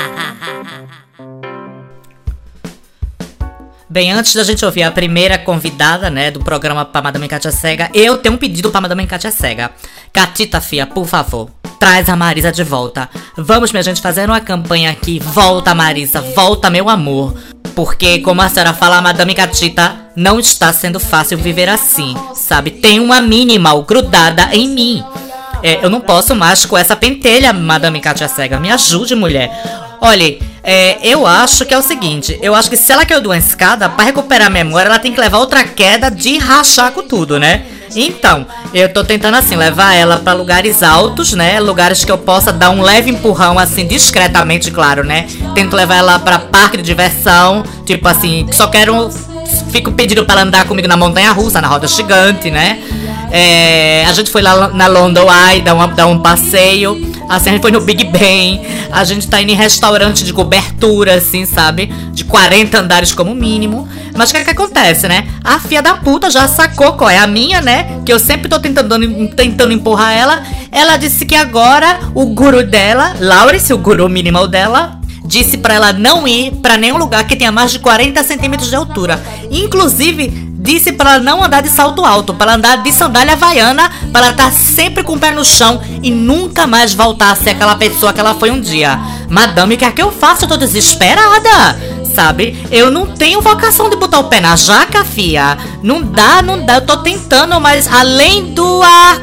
Speaker 3: Bem, antes da gente ouvir a primeira convidada, né, do programa pra Madame Kátia Cega, eu tenho um pedido pra Madame Kátia Cega. Catita, fia, por favor, traz a Marisa de volta. Vamos, minha gente, fazer uma campanha aqui. Volta, Marisa, volta, meu amor. Porque, como a senhora fala, a Madame Catita, não está sendo fácil viver assim, sabe? Tem uma minimal grudada em mim. É, eu não posso mais com essa pentelha, Madame Kátia Cega. Me ajude, mulher. Olha, é, eu acho que é o seguinte. Eu acho que se ela caiu de uma escada, pra recuperar a memória, ela tem que levar outra queda de rachar com tudo, né? Então, eu tô tentando assim, levar ela pra lugares altos, né? Lugares que eu possa dar um leve empurrão, assim, discretamente, claro, né? Tento levar ela pra parque de diversão, tipo assim, só quero... Fico pedindo pra ela andar comigo na montanha-russa, na roda gigante, né? É, a gente foi lá na London Eye, dar, uma, dar um passeio. Assim, a gente foi no Big Ben. A gente tá indo em restaurante de cobertura, assim, sabe? De quarenta andares como mínimo. Mas o que é que acontece, né? A filha da puta já sacou qual é a minha, né? Que eu sempre tô tentando, tentando empurrar ela. Ela disse que agora o guru dela, Laurence, o guru minimal dela, disse pra ela não ir pra nenhum lugar que tenha mais de quarenta centímetros de altura. Inclusive, disse pra ela não andar de salto alto, pra ela andar de sandália havaiana, pra ela estar sempre com o pé no chão e nunca mais voltar a ser aquela pessoa que ela foi um dia. Madame, o que é que eu faço? Eu tô desesperada, sabe? Eu não tenho vocação de botar o pé na jaca, fia. Não dá, não dá. Eu tô tentando, mas além do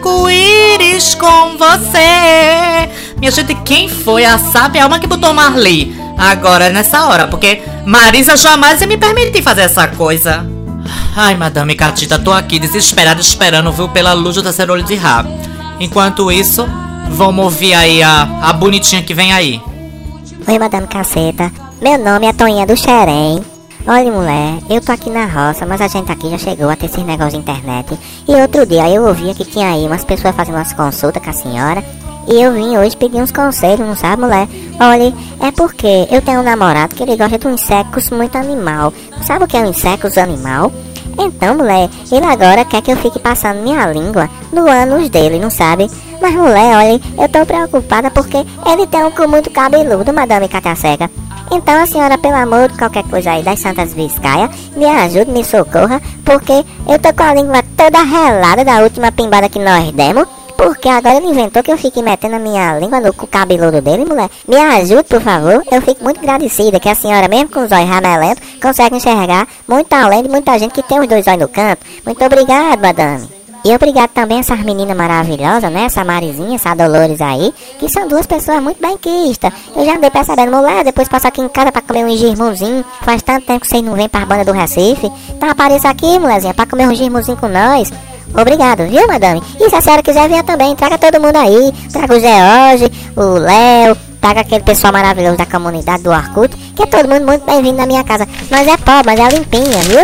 Speaker 3: arco-íris com você... Minha gente, quem foi a sábia alma que botou Marli agora, nessa hora? Porque Marisa jamais ia me permitir fazer essa coisa. Ai, Madame Catita, tô aqui desesperada, esperando, viu, pela luz do terceiro olho de Ra. Enquanto isso, vamos ouvir aí a, a bonitinha que vem aí.
Speaker 9: Oi, Madame Caceta. Meu nome é Toninha do Xerém. Olha, mulher, eu tô aqui na roça, mas a gente aqui já chegou a ter esses negócios de internet. E outro dia eu ouvia que tinha aí umas pessoas fazendo umas consultas com a senhora. E eu vim hoje pedir uns conselhos, não sabe, mulher? Olha, é porque eu tenho um namorado que ele gosta de um sexo muito animal. Sabe o que é um sexo animal? Então, mulher, ele agora quer que eu fique passando minha língua no ânus dele, não sabe? Mas, mulher, olha, eu tô preocupada porque ele tem um cu muito cabeludo, Madame Cátia Cega. Então a senhora, pelo amor de qualquer coisa aí das Santas Viscaia, me ajude, me socorra, porque eu tô com a língua toda relada da última pimbada que nós demos. Porque agora ele inventou que eu fique metendo a minha língua no cu cabeludo dele, mulher. Me ajude, por favor. Eu fico muito agradecida que a senhora, mesmo com os olhos ramelentos, consegue enxergar muito além de muita gente que tem os dois olhos no canto. Muito obrigado, madame. E obrigado também a essas meninas maravilhosas, né? Essa Marizinha, essa Dolores aí, que são duas pessoas muito benquistas. Eu já andei percebendo, mulher, depois passa aqui em casa pra comer um girmãozinho. Faz tanto tempo que vocês não vêm pra banda do Recife. Então apareça aqui, mulherzinha, pra comer um girmãozinho com nós. Obrigado, viu, madame? E se a senhora quiser vir também, traga todo mundo aí. Traga o George, o Léo, traga aquele pessoal maravilhoso da comunidade do Orkut, que é todo mundo muito bem-vindo na minha casa. Nós é pobre, mas é limpinha, viu?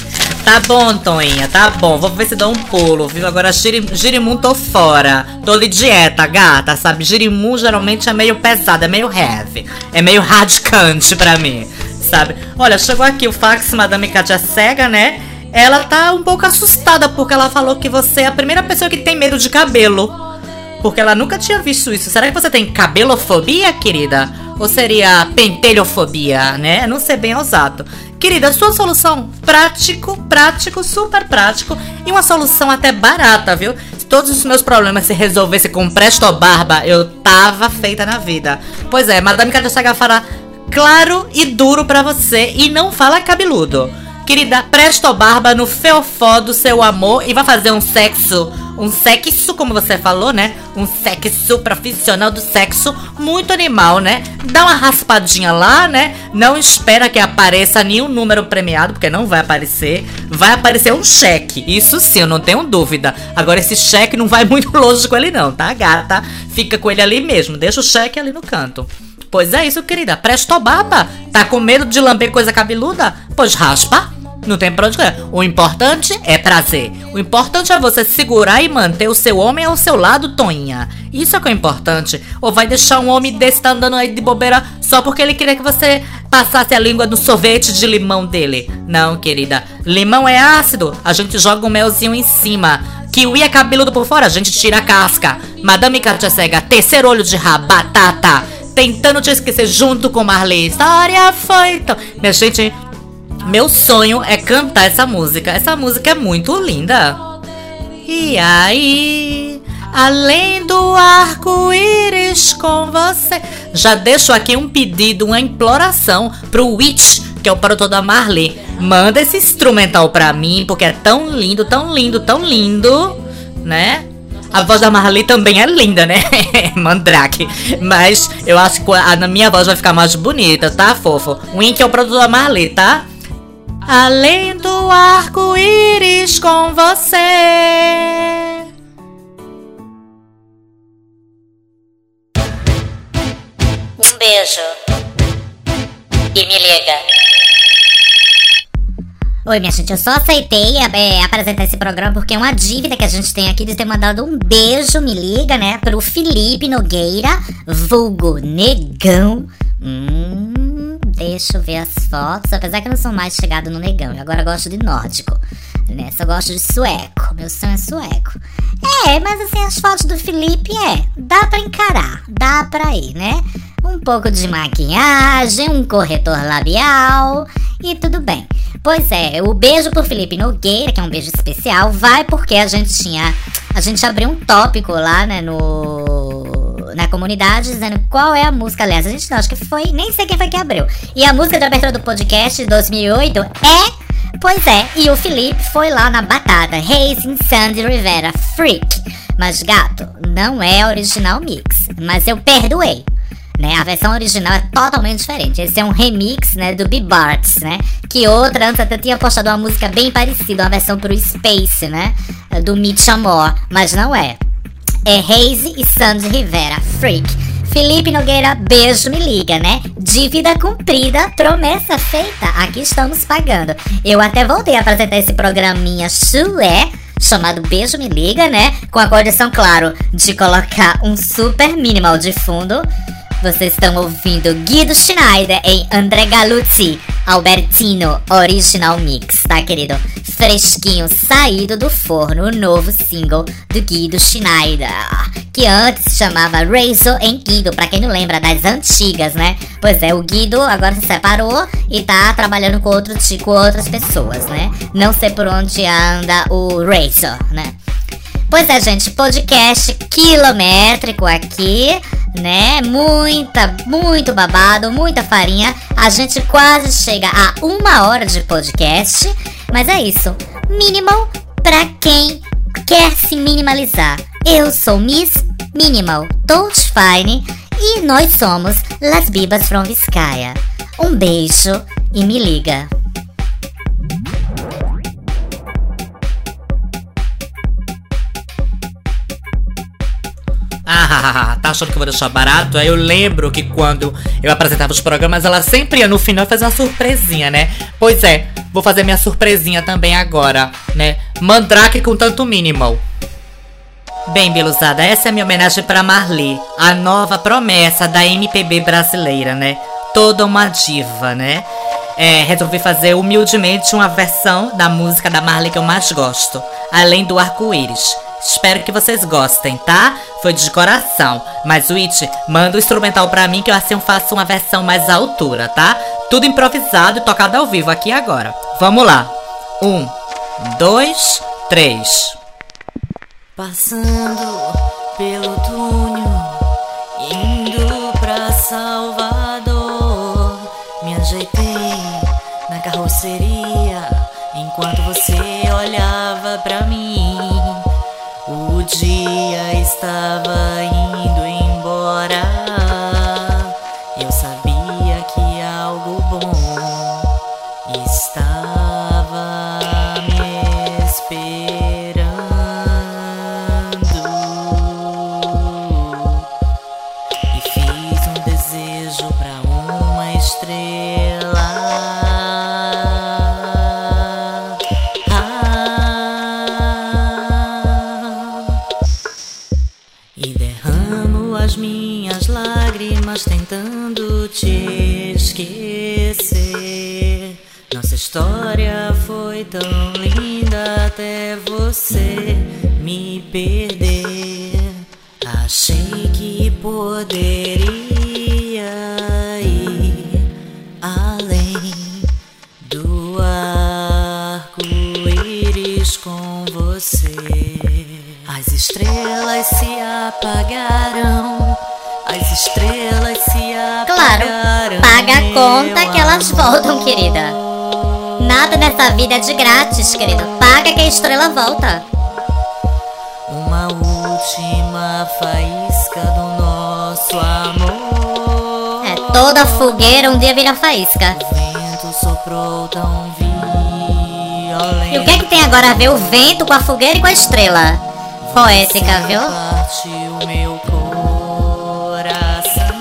Speaker 3: Tá bom, Toinha, tá bom. Vou ver se dou um pulo, viu? Agora, giri, girimum tô fora. Tô de dieta, gata, sabe? Girimum geralmente é meio pesado, é meio heavy. É meio radicante pra mim, sabe? Olha, chegou aqui o fax, Madame Cátia Cega, né? Ela tá um pouco assustada porque ela falou que você é a primeira pessoa que tem medo de cabelo. Porque ela nunca tinha visto isso. Será que você tem cabelofobia, querida? Ou seria pentelhofobia, né? Não sei bem ousado. Querida, sua solução, prático, prático, super prático. E uma solução até barata, viu? Se todos os meus problemas se resolvessem com Presto Barba, eu tava feita na vida. Pois é, Madame Cátia Cega fala claro e duro pra você. E não fala cabeludo. Querida, Presto Barba no feofó do seu amor e vai fazer um sexo, um sexo, como você falou, né? Um sexo profissional do sexo, muito animal, né? Dá uma raspadinha lá, né? Não espera que apareça nenhum número premiado, porque não vai aparecer. Vai aparecer um cheque, isso sim, eu não tenho dúvida. Agora esse cheque não vai muito longe com ele não, tá, gata? Fica com ele ali mesmo, deixa o cheque ali no canto. Pois é isso, querida. Presto Barba. Tá com medo de lamber coisa cabeluda? Pois raspa. Não tem pra onde correr. O importante é prazer. O importante é você segurar e manter o seu homem ao seu lado, Toinha. Isso é que é importante. Ou vai deixar um homem desse tá andando aí de bobeira só porque ele queria que você passasse a língua no sorvete de limão dele. Não, querida. Limão é ácido. A gente joga um melzinho em cima. Kiwi é cabeludo por fora. A gente tira a casca. Madame Cátia Cega, terceiro olho de rabo, batata. Tentando te esquecer junto com Marley. História foi tão... Minha gente, meu sonho é cantar essa música. Essa música é muito linda. E aí, além do arco-íris com você. Já deixo aqui um pedido, uma imploração pro Witch, que é o produtor da Marley. Manda esse instrumental pra mim, porque é tão lindo, tão lindo, tão lindo, né? A voz da Marley também é linda, né? Mandrake. Mas eu acho que a, a minha voz vai ficar mais bonita, tá, fofo? O Wink é o produtor da Marley, tá? Além do arco-íris com você.
Speaker 1: Um beijo. E me liga. Oi, minha gente, eu só aceitei é, apresentar esse programa porque é uma dívida que a gente tem aqui de ter mandado um beijo, me liga, né, pro Felipe Nogueira, vulgo Negão. Hum, deixa eu ver as fotos, apesar que eu não sou mais chegado no Negão, eu agora gosto de nórdico, né, só gosto de sueco, meu sonho é sueco. É, mas assim, as fotos do Felipe, é, dá pra encarar, dá pra ir, né, um pouco de maquiagem, um corretor labial e tudo bem. Pois é, o beijo pro Felipe Nogueira, que é um beijo especial, vai porque a gente tinha... A gente abriu um tópico lá, né, no... na comunidade, dizendo qual é a música. Aliás, a gente não, acho que foi... Nem sei quem foi que abriu. E a música de abertura do podcast de dois mil e oito é... Pois é, e o Felipe foi lá na batata. Racing Sandy Rivera, Freak. Mas, gato, não é original mix. Mas eu perdoei. Né, a versão original é totalmente diferente. Esse é um remix, né, do B-Barts, né, que outra antes até tinha postado uma música bem parecida, uma versão pro Space, né, do Mitch Amor, mas não é. É Haze e Sandy Rivera, Freak. Felipe Nogueira, beijo, me liga, né? Dívida cumprida, promessa feita, aqui estamos pagando. Eu até voltei a apresentar esse programinha chulé, chamado Beijo Me Liga, né? Com a condição, claro, de colocar um super minimal de fundo. Vocês estão ouvindo Guido Schneider em André Galuzzi, Albertino Original Mix, tá, querido? Fresquinho, saído do forno, o novo single do Guido Schneider, que antes se chamava Razor em Guido, pra quem não lembra, das antigas, né? Pois é, o Guido agora se separou e tá trabalhando com, outro, com outras pessoas, né? Não sei por onde anda o Razor, né? Pois é, gente, podcast quilométrico aqui, né? Muita, muito babado, muita farinha. A gente quase chega a uma hora de podcast. Mas é isso. Minimal pra quem quer se minimalizar. Eu sou Miss Minimal, Touch Fine, e nós somos Las Bibas from Vizcaya. Um beijo e me liga.
Speaker 3: Ah, tá achando que eu vou deixar barato? Aí eu lembro que quando eu apresentava os programas, ela sempre ia no final fazer uma surpresinha, né? Pois é, vou fazer minha surpresinha também agora, né? Mandrake com tanto minimal. Bem, beluzada, essa é a minha homenagem pra Marli, a nova promessa da M P B brasileira, né? Toda uma diva, né? É, resolvi fazer humildemente uma versão da música da Marli que eu mais gosto, Além do Arco-Íris. Espero que vocês gostem, tá? Foi de coração. Mas, Witch, manda o instrumental pra mim que eu assim faço uma versão mais à altura, tá? Tudo improvisado e tocado ao vivo aqui agora. Vamos lá. Um, dois, três.
Speaker 8: Passando pelo túnel, indo pra Salvador, me ajeitei na carroceria enquanto você olhava pra mim. O dia estava indo embora, eu sabia que algo bom estava me esperando, e fiz um desejo pra uma estrela. As minhas lágrimas tentando te esquecer. Nossa história foi tão linda até você me perder. Achei que poderia ir além do arco-íris com você. As estrelas se apagaram, as estrelas se apagaram.
Speaker 1: Claro, paga a conta que elas voltam, querida. Nada nessa vida é de grátis, querido. Paga que a estrela volta.
Speaker 8: Uma última faísca do nosso amor.
Speaker 1: É, toda fogueira um dia vira faísca.
Speaker 8: O vento soprou tão violento.
Speaker 1: E o que é que tem agora a ver o vento com a fogueira e com a estrela? Poética, viu?
Speaker 8: Partiu meu coração.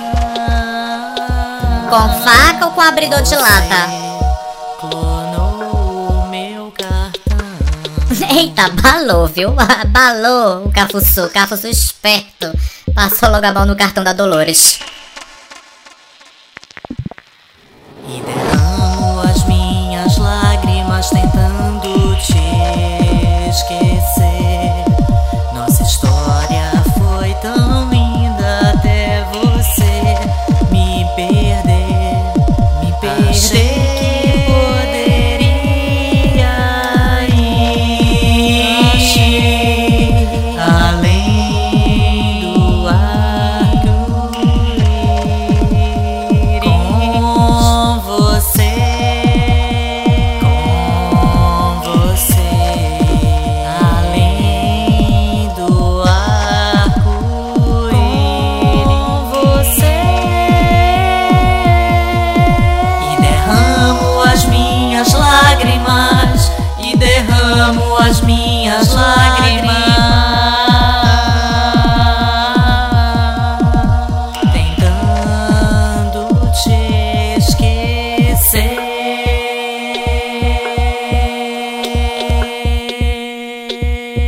Speaker 1: Com faca ou com abridor de lata?
Speaker 8: Clonou o meu cartão.
Speaker 1: Eita, balou, viu? Balou o Cafuçu, Cafuçu esperto. Passou logo a mão no cartão da Dolores.
Speaker 8: E derramo as minhas lágrimas tentando te esquecer. Nossa história foi tão linda até você me perder, me perder. Achei que poderia ir além do arco-íris com você, com você. Além do arco-íris com você. E derramo as minhas lágrimas, e derramo as minhas lágrimas, tentando te esquecer.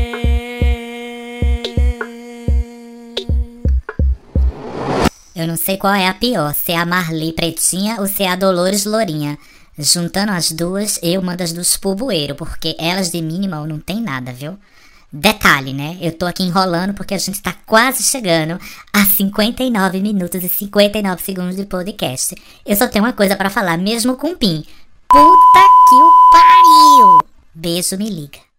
Speaker 1: sei qual é a pior, se é a Marli pretinha ou se é a Dolores lourinha. Juntando as duas, eu mando as duas pro bueiro, porque elas de minimal não tem nada, viu? Detalhe, né? Eu tô aqui enrolando porque a gente tá quase chegando a cinquenta e nove minutos e cinquenta e nove segundos de podcast. Eu só tenho uma coisa pra falar, mesmo com PIN. Puta que o pariu! Beijo, me liga.